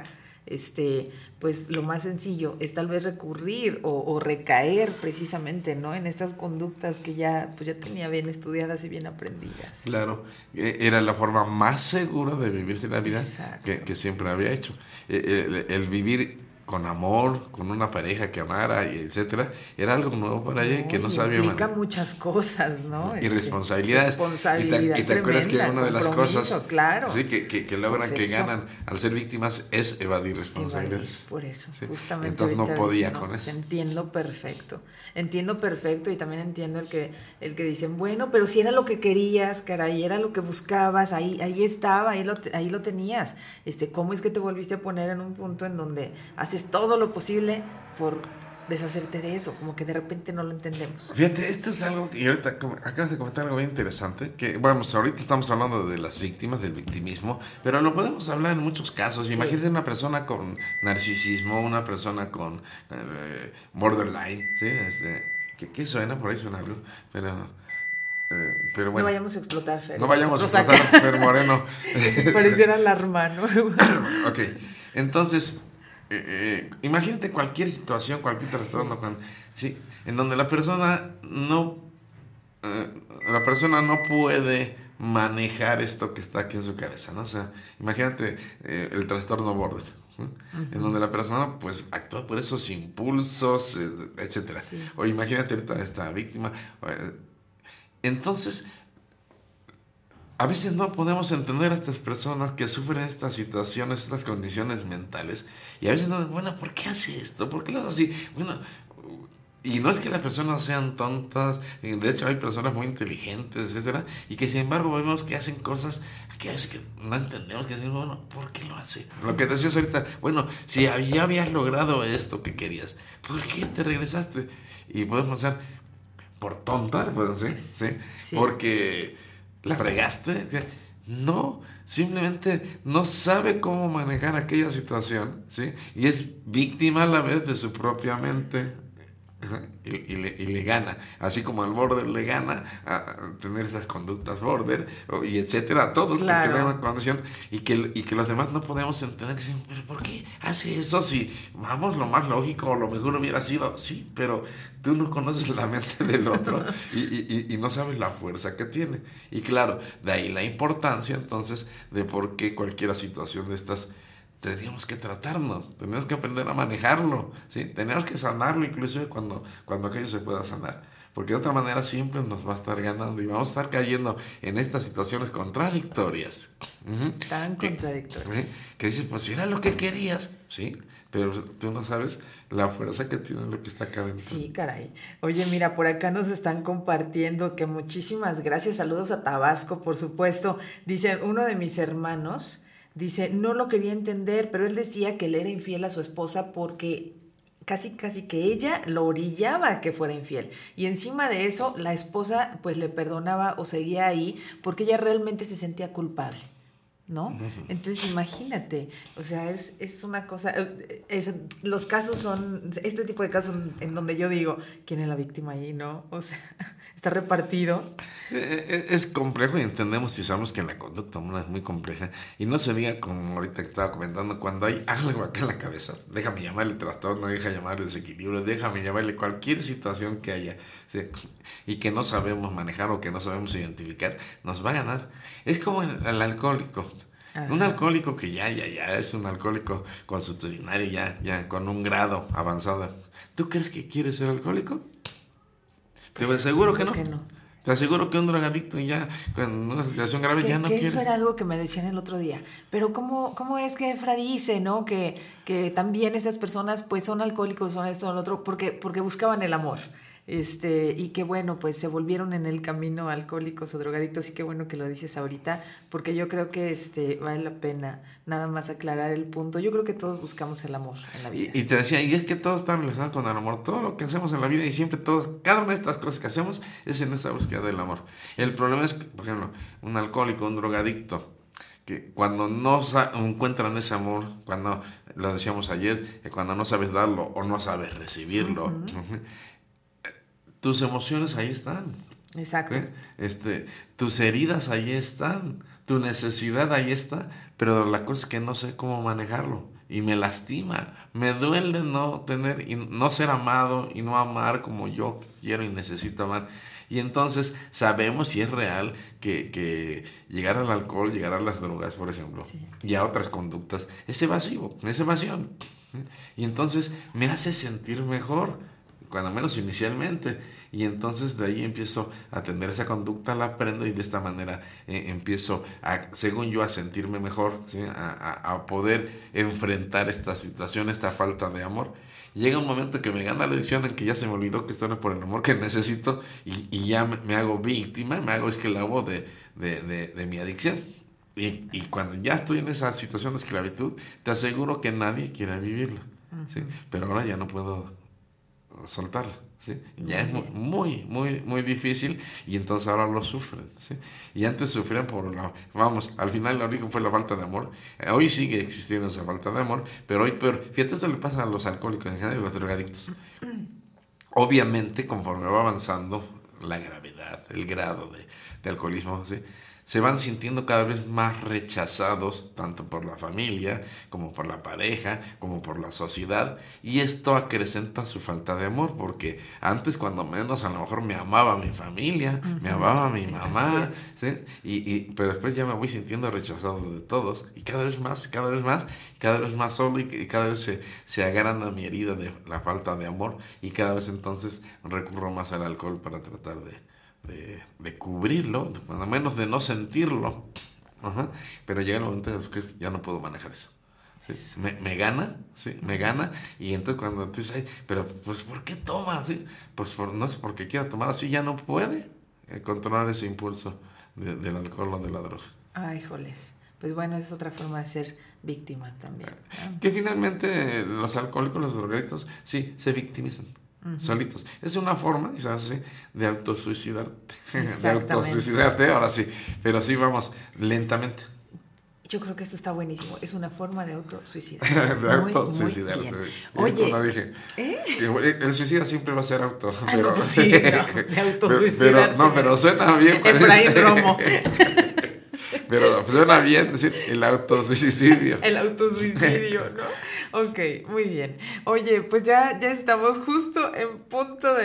pues lo más sencillo es tal vez recurrir o recaer precisamente, ¿no? En estas conductas que ya tenía bien estudiadas y bien aprendidas. Claro, era la forma más segura de vivir la vida que siempre había hecho. El vivir con amor, con una pareja que amara, y etcétera, era algo nuevo para ella que no sabía manejar. Implica muchas cosas, ¿no? Y responsabilidades. Y te acuerdas que una de las cosas claro, ¿sí? que logran pues que ganan al ser víctimas es evadir responsabilidades. Por eso, ¿sí? justamente. Entonces no podía con eso. Entiendo perfecto y también entiendo el que dicen, bueno, pero si era lo que querías, caray, era lo que buscabas, ahí estaba, ahí lo tenías. ¿Cómo es que te volviste a poner en un punto en donde haces todo lo posible por deshacerte de eso? Como que de repente no lo entendemos. Fíjate, esto es algo, y ahorita acabas de comentar algo bien interesante, que vamos, ahorita estamos hablando de las víctimas, del victimismo, pero lo podemos hablar en muchos casos. Sí. Imagínate una persona con narcisismo, una persona con borderline, ¿sí? ¿Qué suena? Por ahí suena algo, pero bueno. No vayamos a explotar, Fer. No vayamos a explotar, Fer Moreno. Pareciera alarma, ¿no? Ok, entonces... imagínate cualquier situación, cualquier trastorno, ¿sí? En donde la persona no puede manejar esto que está aquí en su cabeza, ¿no? O sea, imagínate el trastorno border, ¿sí? En donde la persona pues actúa por esos impulsos, etcétera. Sí. O imagínate ahorita esta víctima. Entonces, a veces no podemos entender a estas personas que sufren estas situaciones, estas condiciones mentales, y a veces no, bueno, ¿por qué hace esto? ¿Por qué lo hace así? Bueno, y no es que las personas sean tontas, de hecho hay personas muy inteligentes, etcétera, y que sin embargo vemos que hacen cosas que a veces que no entendemos, que decimos, bueno, ¿por qué lo hace? Lo que decías ahorita, bueno, si ya habías logrado esto que querías, ¿por qué te regresaste? Y podemos pensar, por tonta, pues, ¿sí? Porque la regaste. No, simplemente no sabe cómo manejar aquella situación, ¿sí? Y es víctima a la vez de su propia mente. Y le gana, así como el border le gana a tener esas conductas border y etcétera, a todos, claro, que tengan una condición y que los demás no podemos entender, que dicen, pero ¿por qué hace eso? Si vamos, lo más lógico o lo mejor hubiera sido, sí, pero tú no conoces la mente del otro y no sabes la fuerza que tiene. Y claro, de ahí la importancia entonces de por qué cualquier situación de estas teníamos que tratarnos, tenemos que aprender a manejarlo, ¿sí? Tenemos que sanarlo inclusive cuando aquello se pueda sanar, porque de otra manera siempre nos va a estar ganando y vamos a estar cayendo en estas situaciones contradictorias. Tan contradictorias. Que dices, pues si era lo que querías, ¿sí? Pero tú no sabes la fuerza que tiene lo que está acá dentro. Sí, caray. Oye, mira, por acá nos están compartiendo que muchísimas gracias, saludos a Tabasco, por supuesto. Dice, uno de mis hermanos... Dice, no lo quería entender, pero él decía que él era infiel a su esposa porque casi que ella lo orillaba a que fuera infiel. Y encima de eso, la esposa pues le perdonaba o seguía ahí porque ella realmente se sentía culpable, ¿no? Entonces imagínate, o sea, es una cosa, los casos son, este tipo de casos en donde yo digo, ¿quién es la víctima ahí, no? O sea, está repartido. Es complejo y entendemos y sabemos que la conducta humana es muy compleja y no se diga como ahorita que estaba comentando, cuando hay algo acá en la cabeza, déjame llamarle trastorno, déjame llamarle desequilibrio, déjame llamarle cualquier situación que haya, ¿sí? Y que no sabemos manejar o que no sabemos identificar, nos va a ganar. Es como el alcohólico. Ajá. Un alcohólico que ya es un alcohólico consuetudinario, ya con un grado avanzado. ¿Tú crees que quiere ser alcohólico? Pues te aseguro que no. Te aseguro que un drogadicto ya con una situación grave ya no quiere. Eso era algo que me decían el otro día. Pero ¿cómo es que Efra dice, ¿no? Que también estas personas pues son alcohólicos, son esto o lo otro, porque buscaban el amor. Y que bueno, pues se volvieron en el camino alcohólicos o drogadictos, y qué bueno que lo dices ahorita, porque yo creo que vale la pena nada más aclarar el punto. Yo creo que todos buscamos el amor en la vida. Y te decía, y es que todo está relacionado con el amor, todo lo que hacemos en la vida y siempre cada una de estas cosas que hacemos es en esta búsqueda del amor. El problema es que, por ejemplo, un alcohólico, un drogadicto, que cuando no encuentran ese amor, cuando, lo decíamos ayer, cuando no sabes darlo o no sabes recibirlo, tus emociones ahí están. Exacto. Tus heridas ahí están, tu necesidad ahí está, pero la cosa es que no sé cómo manejarlo. y me lastima. Me duele no tener y no ser amado y no amar como yo quiero y necesito amar. Y entonces sabemos y es real que llegar al alcohol, llegar a las drogas, por ejemplo, y a otras conductas, es evasivo, es evasión. Y entonces me hace sentir mejor, cuando menos inicialmente. Y entonces de ahí empiezo a tener esa conducta, la aprendo y de esta manera empiezo, según yo, a sentirme mejor, ¿sí? a poder enfrentar esta situación, esta falta de amor. Llega un momento que me gana la adicción en que ya se me olvidó que esto no es por el amor que necesito y ya me hago víctima, me hago esclavo de mi adicción. Y cuando ya estoy en esa situación de esclavitud, te aseguro que nadie quiere vivirla. ¿Sí? Pero ahora ya no puedo soltarla. ¿Sí? Ya es muy difícil y entonces ahora lo sufren, ¿sí? Y antes sufrían al final el origen fue la falta de amor. Hoy sigue existiendo esa falta de amor, pero hoy peor. Fíjate, esto le pasa a los alcohólicos en general y a los drogadictos. Obviamente, conforme va avanzando la gravedad, el grado de alcoholismo, ¿sí? Se van sintiendo cada vez más rechazados, tanto por la familia, como por la pareja, como por la sociedad, y esto acrecenta su falta de amor, porque antes, cuando menos, a lo mejor me amaba mi familia, me amaba mi mamá, ¿sí? Pero después ya me voy sintiendo rechazado de todos, y cada vez más solo, y cada vez se agranda mi herida de la falta de amor, y cada vez entonces recurro más al alcohol para tratar de cubrirlo, cuando menos de no sentirlo. Pero llega el momento en que ya no puedo manejar eso. ¿Sí? Me gana, ¿sí? Me gana, y entonces cuando tú dices, pero pues ¿por qué tomas? ¿Sí? Pues no es porque quiera tomar, así ya no puede controlar ese impulso del alcohol o de la droga. Ay, joles. Pues bueno, es otra forma de ser víctima también. Que finalmente los alcohólicos, los drogadictos, sí, se victimizan. Solitos. Es una forma, ¿sabes? ¿Sí? De autosuicidarte. De autosuicidarte, ahora sí. Pero sí, vamos, lentamente. Yo creo que esto está buenísimo. Es una forma de autosuicidar. De autosuicidarse. Oye, dije, el suicida siempre va a ser auto. Pero, no, pues sí, de autosuicidarte. Pero suena bien. Efraín Romo. Pero suena bien decir el autosuicidio. El autosuicidio, ¿no? Ok, muy bien. Oye, pues ya estamos justo en punto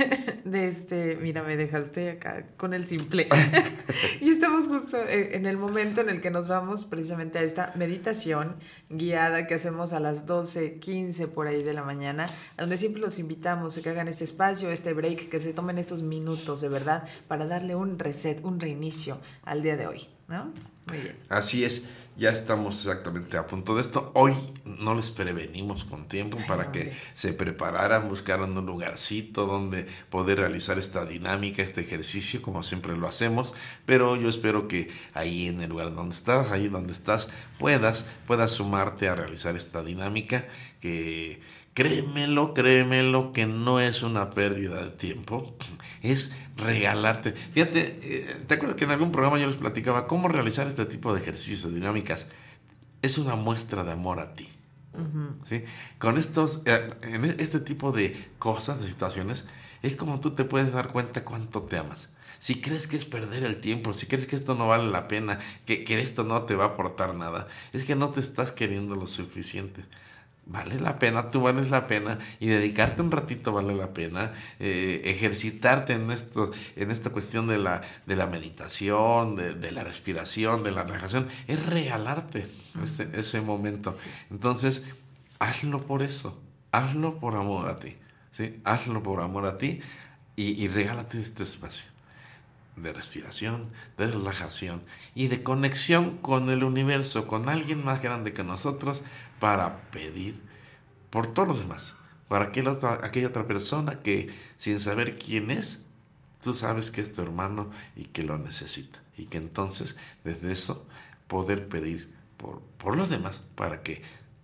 de mira, me dejaste acá con el simple. Y estamos justo en el momento en el que nos vamos precisamente a esta meditación guiada que hacemos a las 12:15 por ahí de la mañana, donde siempre los invitamos a que hagan este espacio, este break, que se tomen estos minutos de verdad para darle un reset, un reinicio al día de hoy, ¿no? Muy bien. Así es, ya estamos exactamente a punto de esto. Hoy no les prevenimos con tiempo para que se prepararan, buscaran un lugarcito donde poder realizar esta dinámica, este ejercicio, como siempre lo hacemos. Pero yo espero que ahí en el lugar donde estás, ahí donde estás, puedas sumarte a realizar esta dinámica que... Créemelo, que no es una pérdida de tiempo, es regalarte. Fíjate, ¿te acuerdas que en algún programa yo les platicaba cómo realizar este tipo de ejercicios, dinámicas? Es una muestra de amor a ti. ¿Sí? Con en este tipo de cosas, de situaciones, es como tú te puedes dar cuenta cuánto te amas. Si crees que es perder el tiempo, si crees que esto no vale la pena, que esto no te va a aportar nada, es que no te estás queriendo lo suficiente. Vale la pena, tú vales la pena, y dedicarte un ratito vale la pena, ejercitarte en esta cuestión de la meditación, de la respiración, de la relajación, es regalarte ese momento. Entonces, hazlo por eso, hazlo por amor a ti, ¿sí? Hazlo por amor a ti y regálate este espacio de respiración, de relajación y de conexión con el universo, con alguien más grande que nosotros, para pedir por todos los demás, para aquella otra persona que, sin saber quién es, tú sabes que es tu hermano y que lo necesita, y que entonces desde eso poder pedir por los demás para que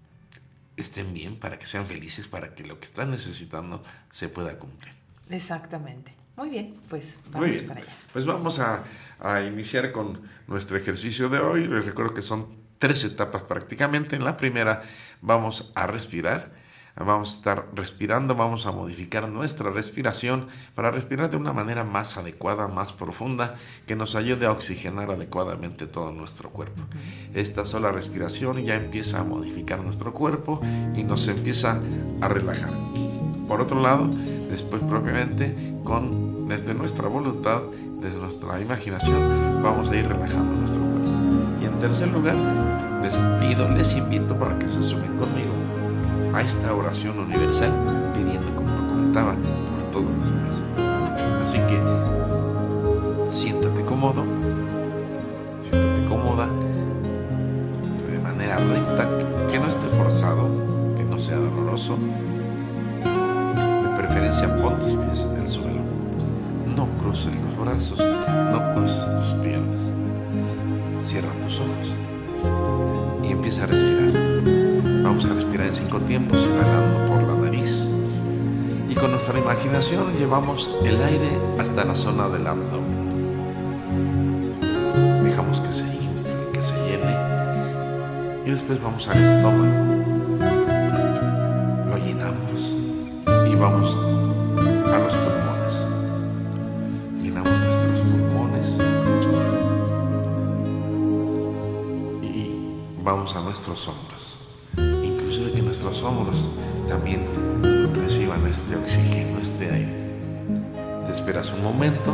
estén bien, para que sean felices, para que lo que están necesitando se pueda cumplir. Exactamente. Muy bien, pues vamos para allá. Pues vamos a iniciar con nuestro ejercicio de hoy. Les recuerdo que son 3 etapas prácticamente. En la primera vamos a respirar vamos a estar respirando, vamos a modificar nuestra respiración para respirar de una manera más adecuada, más profunda, que nos ayude a oxigenar adecuadamente todo nuestro cuerpo. Esta sola respiración ya empieza a modificar nuestro cuerpo y nos empieza a relajar. Por otro lado, después propiamente, desde nuestra voluntad, desde nuestra imaginación, vamos a ir relajando nuestro cuerpo. Y en tercer lugar, les invito para que se sumen conmigo a esta oración universal, pidiendo, como lo comentaba, por todos los demás. Así que siéntate cómodo, siéntate cómoda, de manera recta, que no esté forzado, que no sea doloroso. De preferencia, pon tus pies en el suelo. No cruces los brazos, no cruces tus piernas. Cierra tus ojos y empieza a respirar. Vamos a respirar en 5 tiempos, inhalando por la nariz. Y con nuestra imaginación llevamos el aire hasta la zona del abdomen. Dejamos que se infle, que se llene. Y después vamos al estómago. Lo llenamos y vamos a los pulmones. Llenamos nuestros pulmones y vamos a nuestros hombros. Inclusive que nuestros hombros también reciban este oxígeno, este aire. Te esperas un momento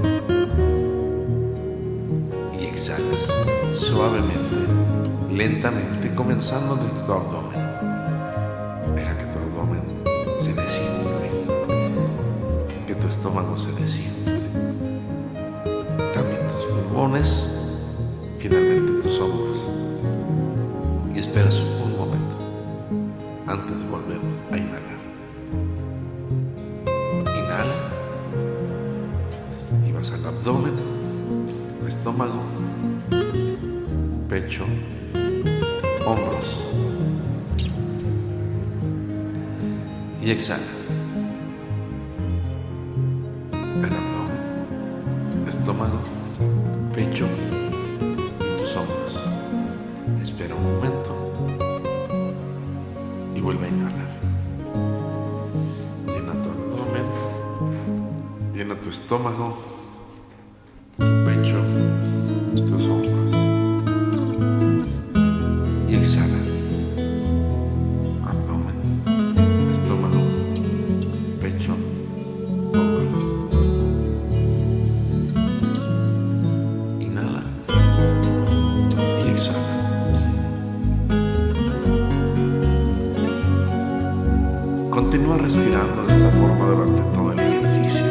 y exhalas suavemente, lentamente, comenzando desde tu abdomen. Deja que tu abdomen se desinfle, que tu estómago se desinfle, también tus pulmones, finalmente tus hombros. Y esperas un momento antes de volver a inhalar. Inhala y vas al abdomen, al estómago, pecho, hombros, y exhala. El abdomen, estómago, pecho y tus hombros. Espera un momento y vuelve a inhalar. Llena tu abdomen, llena tu estómago, tu pecho, tus hombros. Y exhala. Abdomen, estómago, pecho, hombros. Inhala y exhala. Continúa respirando de esta forma durante todo el ejercicio.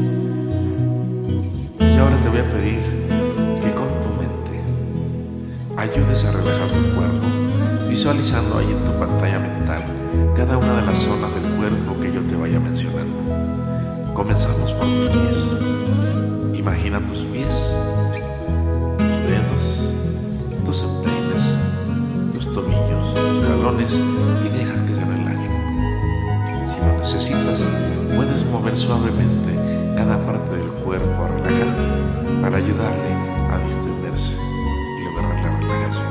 Y ahora te voy a pedir que con tu mente ayudes a relajar tu cuerpo, visualizando ahí en tu pantalla mental cada una de las zonas del cuerpo que yo te vaya mencionando. Comenzamos por tus pies. Imagina tus pies, tus dedos, tus empeines, tus tobillos, tus talones y deja que se relajen. Si lo necesitas, puedes mover suavemente cada parte del cuerpo a relajar para ayudarle a distenderse y lograr la relajación.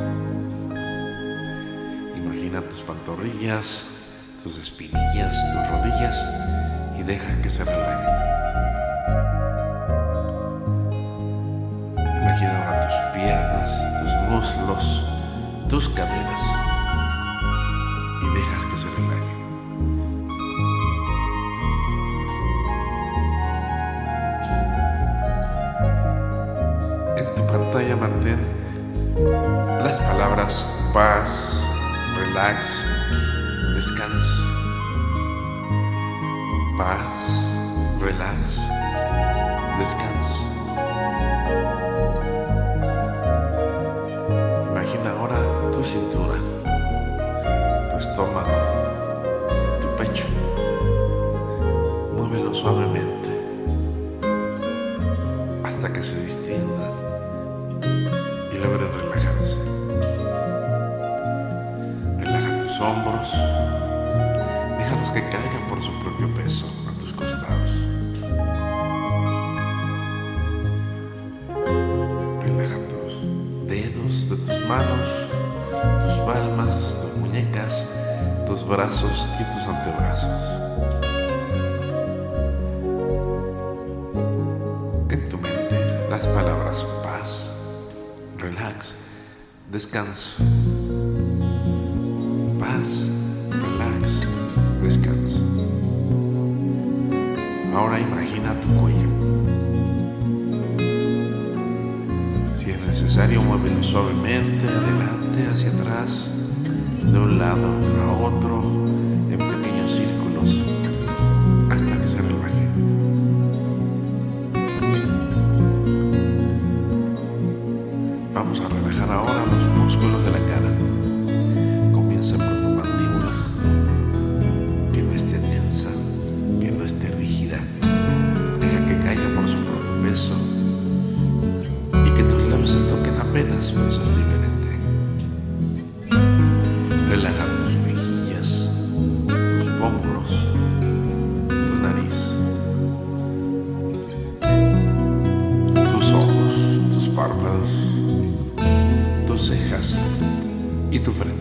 Imagina tus pantorrillas, tus espinillas, tus rodillas y deja que se relajen. Imagina ahora tus piernas, tus muslos, tus caderas y dejas que se relajen. En tu pantalla mantén las palabras paz, relax, descanso. Paz, relax, descanso. Imagina ahora tu cintura, tu estómago, tu pecho. Muévelo suavemente hasta que se distiendan y logren relajarse. Relaja tus hombros, déjalos que caigan por su propio peso a tus costados. Relaja tus dedos de tus manos, tus palmas, tus muñecas, tus tus brazos y tus antebrazos. En tu mente las palabras paz, relax, descanso. Paz, relax, descanso. Ahora imagina tu cuello. Si es necesario, muévelo suavemente, adelante, hacia atrás, de un lado a otro, en pequeños círculos, hasta que se relaje. Vamos a relajar ahora los músculos de la cara. Comienza por tu mandíbula, que no esté tensa, que no esté rígida. Deja que caiga por su propio peso y que tus labios se toquen apenas perceptiblemente. Relaja tus mejillas, tus pómulos, tu nariz, tus ojos, tus párpados, tus cejas y tu frente.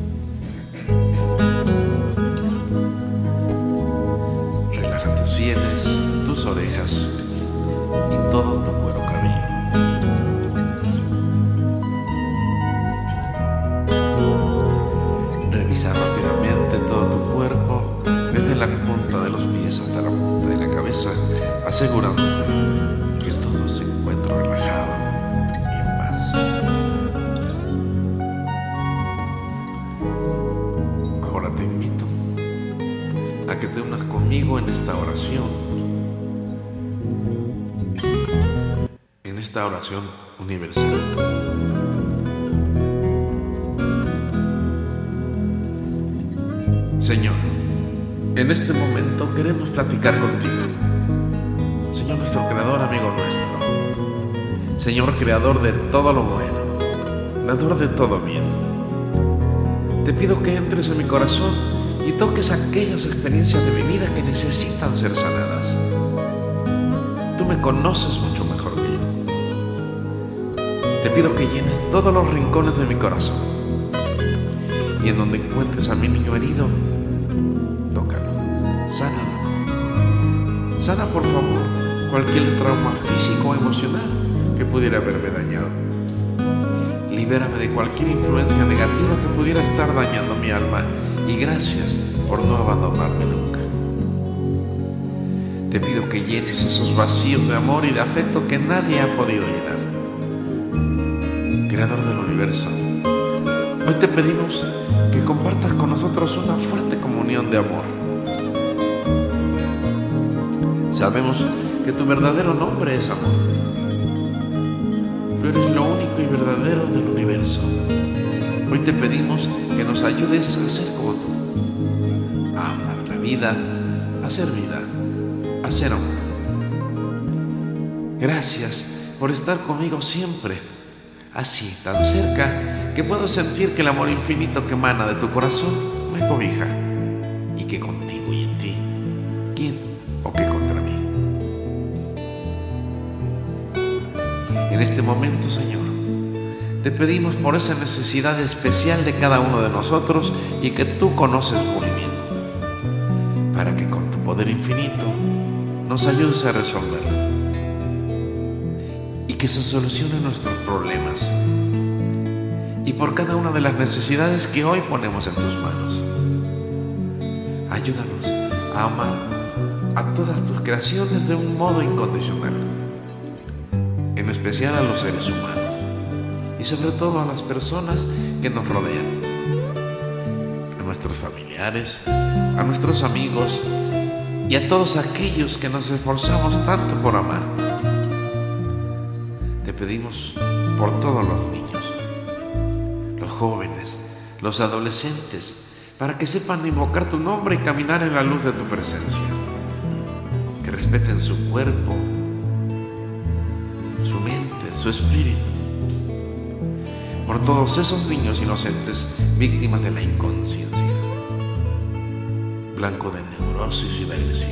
Relaja tus sienes, tus orejas y todo tu cuero cabelludo. Revisa rápidamente todo tu cuerpo, desde la punta de los pies hasta la punta de la cabeza, asegurándote que todo se encuentra relajado y en paz. Ahora te invito a que te unas conmigo en esta oración. En esta oración universal. Señor, en este momento queremos platicar contigo. Señor, nuestro creador, amigo nuestro. Señor, creador de todo lo bueno, dador de todo bien. Te pido que entres en mi corazón y toques aquellas experiencias de mi vida que necesitan ser sanadas. Tú me conoces mucho mejor que yo. Te pido que llenes todos los rincones de mi corazón. Y en donde encuentres a mi niño herido, tócalo, sánalo. Sana, por favor, cualquier trauma físico o emocional que pudiera haberme dañado. Libérame de cualquier influencia negativa que pudiera estar dañando mi alma. Y gracias por no abandonarme nunca. Te pido que llenes esos vacíos de amor y de afecto que nadie ha podido llenar. Creador del universo, hoy te pedimos que compartas con nosotros una fuerte comunión de amor. Sabemos que tu verdadero nombre es amor. Tú eres lo único y verdadero del universo. Hoy te pedimos que nos ayudes a ser como tú, a amar la vida, a ser vida, a ser amor. Gracias por estar conmigo siempre, así, tan cerca, que puedo sentir que el amor infinito que emana de tu corazón me cobija, y que contigo y en ti, ¿quién o qué contra mí? En este momento, Señor, te pedimos por esa necesidad especial de cada uno de nosotros y que tú conoces muy bien, para que con tu poder infinito nos ayudes a resolverlo y que se solucionen nuestros problemas, y por cada una de las necesidades que hoy ponemos en tus manos. Ayúdanos a amar a todas tus creaciones de un modo incondicional, en especial a los seres humanos y sobre todo a las personas que nos rodean, a nuestros familiares, a nuestros amigos y a todos aquellos que nos esforzamos tanto por amar. Te pedimos por todos los niños, los jóvenes, los adolescentes, para que sepan invocar tu nombre y caminar en la luz de tu presencia, que respeten su cuerpo, su mente, su espíritu. Por todos esos niños inocentes, víctimas de la inconsciencia, blanco de neurosis y de agresión.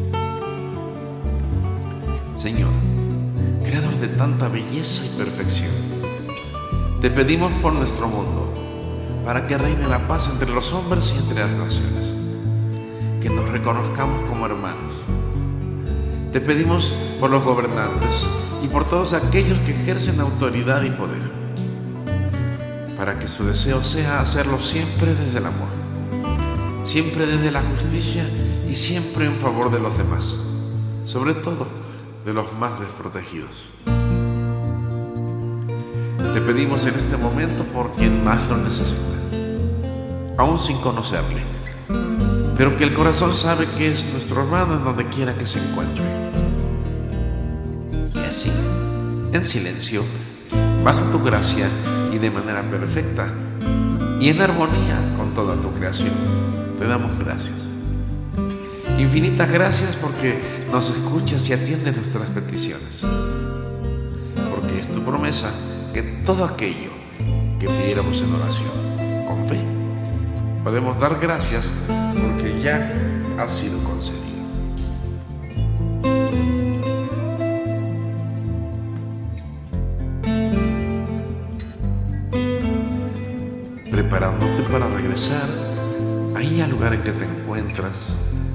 Señor, creador de tanta belleza y perfección, te pedimos por nuestro mundo, para que reine la paz entre los hombres y entre las naciones. Que nos reconozcamos como hermanos. Te pedimos por los gobernantes y por todos aquellos que ejercen autoridad y poder, para que su deseo sea hacerlo siempre desde el amor, siempre desde la justicia y siempre en favor de los demás, sobre todo de los más desprotegidos. Te pedimos en este momento por quien más lo necesita, aún sin conocerle, pero que el corazón sabe que es nuestro hermano en donde quiera que se encuentre. Y así, en silencio, bajo tu gracia y de manera perfecta y en armonía con toda tu creación, te damos gracias. Infinitas gracias porque nos escuchas y atiendes nuestras peticiones, porque es tu promesa que todo aquello que pidiéramos en oración, con fe, podemos dar gracias porque ya ha sido concedido. Preparándote para regresar ahí al lugar en que te encuentras,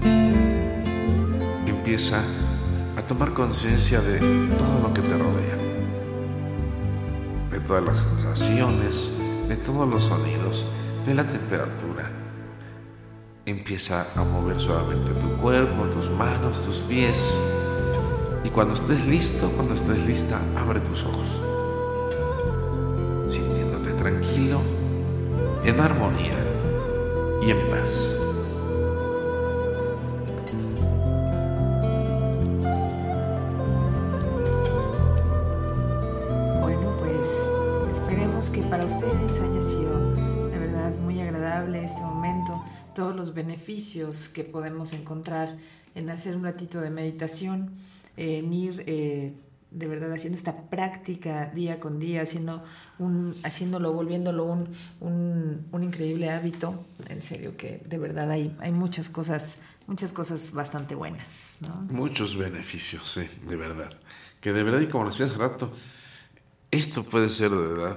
empieza a tomar conciencia de todo lo que te rodea, de todas las sensaciones, de todos los sonidos, de la temperatura. Empieza a mover suavemente tu cuerpo, tus manos, tus pies. Y cuando estés listo, cuando estés lista, abre tus ojos, sintiéndote tranquilo, en armonía y en paz. Bueno, pues esperemos que para ustedes haya sido de verdad muy agradable este momento, todos los beneficios que podemos encontrar en hacer un ratito de meditación, en ir de verdad haciendo esta práctica día con día, haciéndolo, volviéndolo un increíble hábito. En serio que de verdad hay muchas cosas bastante buenas, ¿no? Muchos beneficios, sí, de verdad. Que de verdad, y como decía hace rato, esto puede ser de verdad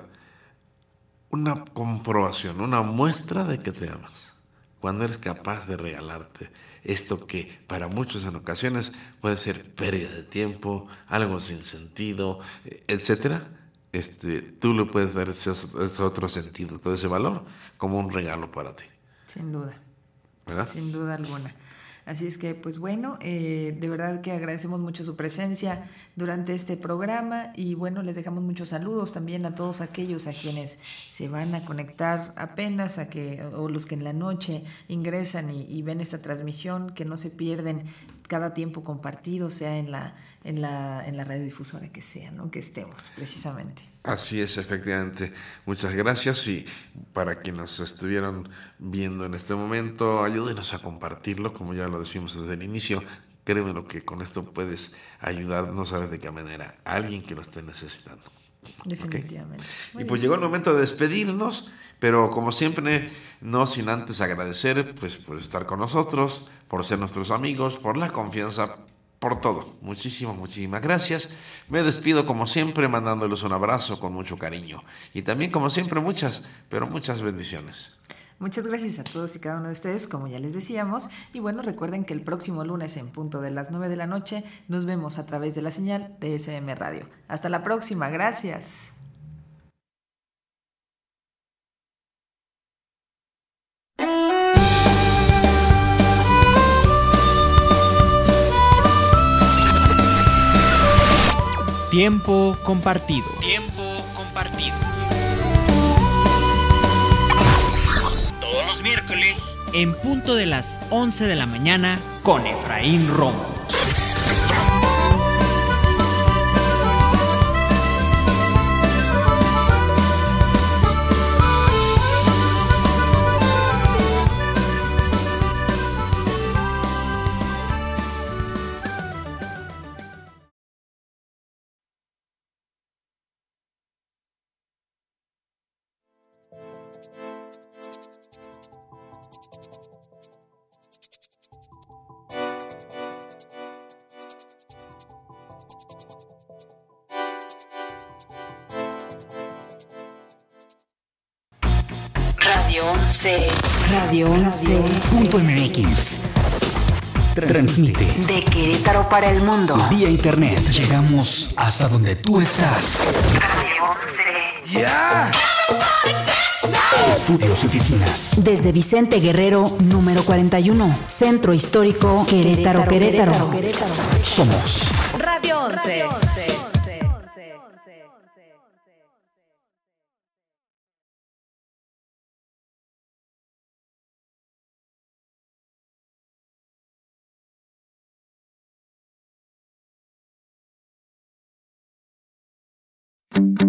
una comprobación, una muestra de que te amas. Cuando eres capaz de regalarte esto que para muchos en ocasiones puede ser pérdida de tiempo, algo sin sentido, etcétera, tú le puedes dar ese otro sentido, todo ese valor, como un regalo para ti. Sin duda. ¿Verdad? Sin duda alguna. Así es que, pues bueno, de verdad que agradecemos mucho su presencia durante este programa y bueno, les dejamos muchos saludos también a todos aquellos a quienes se van a conectar apenas, o los que en la noche ingresan y ven esta transmisión, que no se pierden cada tiempo compartido, sea en la radiodifusora que sea, ¿no? Que estemos precisamente. Así es, efectivamente. Muchas gracias, y para quienes nos estuvieron viendo en este momento, ayúdenos a compartirlo, como ya lo decimos desde el inicio. Créeme lo que con esto puedes ayudar, no sabes de qué manera, a alguien que lo esté necesitando. Definitivamente. ¿Okay? Y pues llegó el momento de despedirnos, pero como siempre, no sin antes agradecer pues por estar con nosotros, por ser nuestros amigos, por la confianza, por todo. Muchísimas gracias. Me despido como siempre mandándoles un abrazo con mucho cariño. Y también como siempre muchas bendiciones. Muchas gracias a todos y cada uno de ustedes, como ya les decíamos. Y bueno, recuerden que el próximo lunes en punto de las 9 de la noche nos vemos a través de la señal de SM Radio. Hasta la próxima. Gracias. Tiempo compartido. Tiempo compartido. Todos los miércoles en punto de las 11 de la mañana con Efraín Romo. Radio 11. Radio 11.mx. Transmite De Querétaro para el mundo. vía internet. Llegamos hasta donde tú estás. Radio 11. ¡Ya! Estudios y oficinas. Desde Vicente Guerrero, número 41. Centro Histórico, Querétaro, Querétaro. Somos Radio 11. Thank you.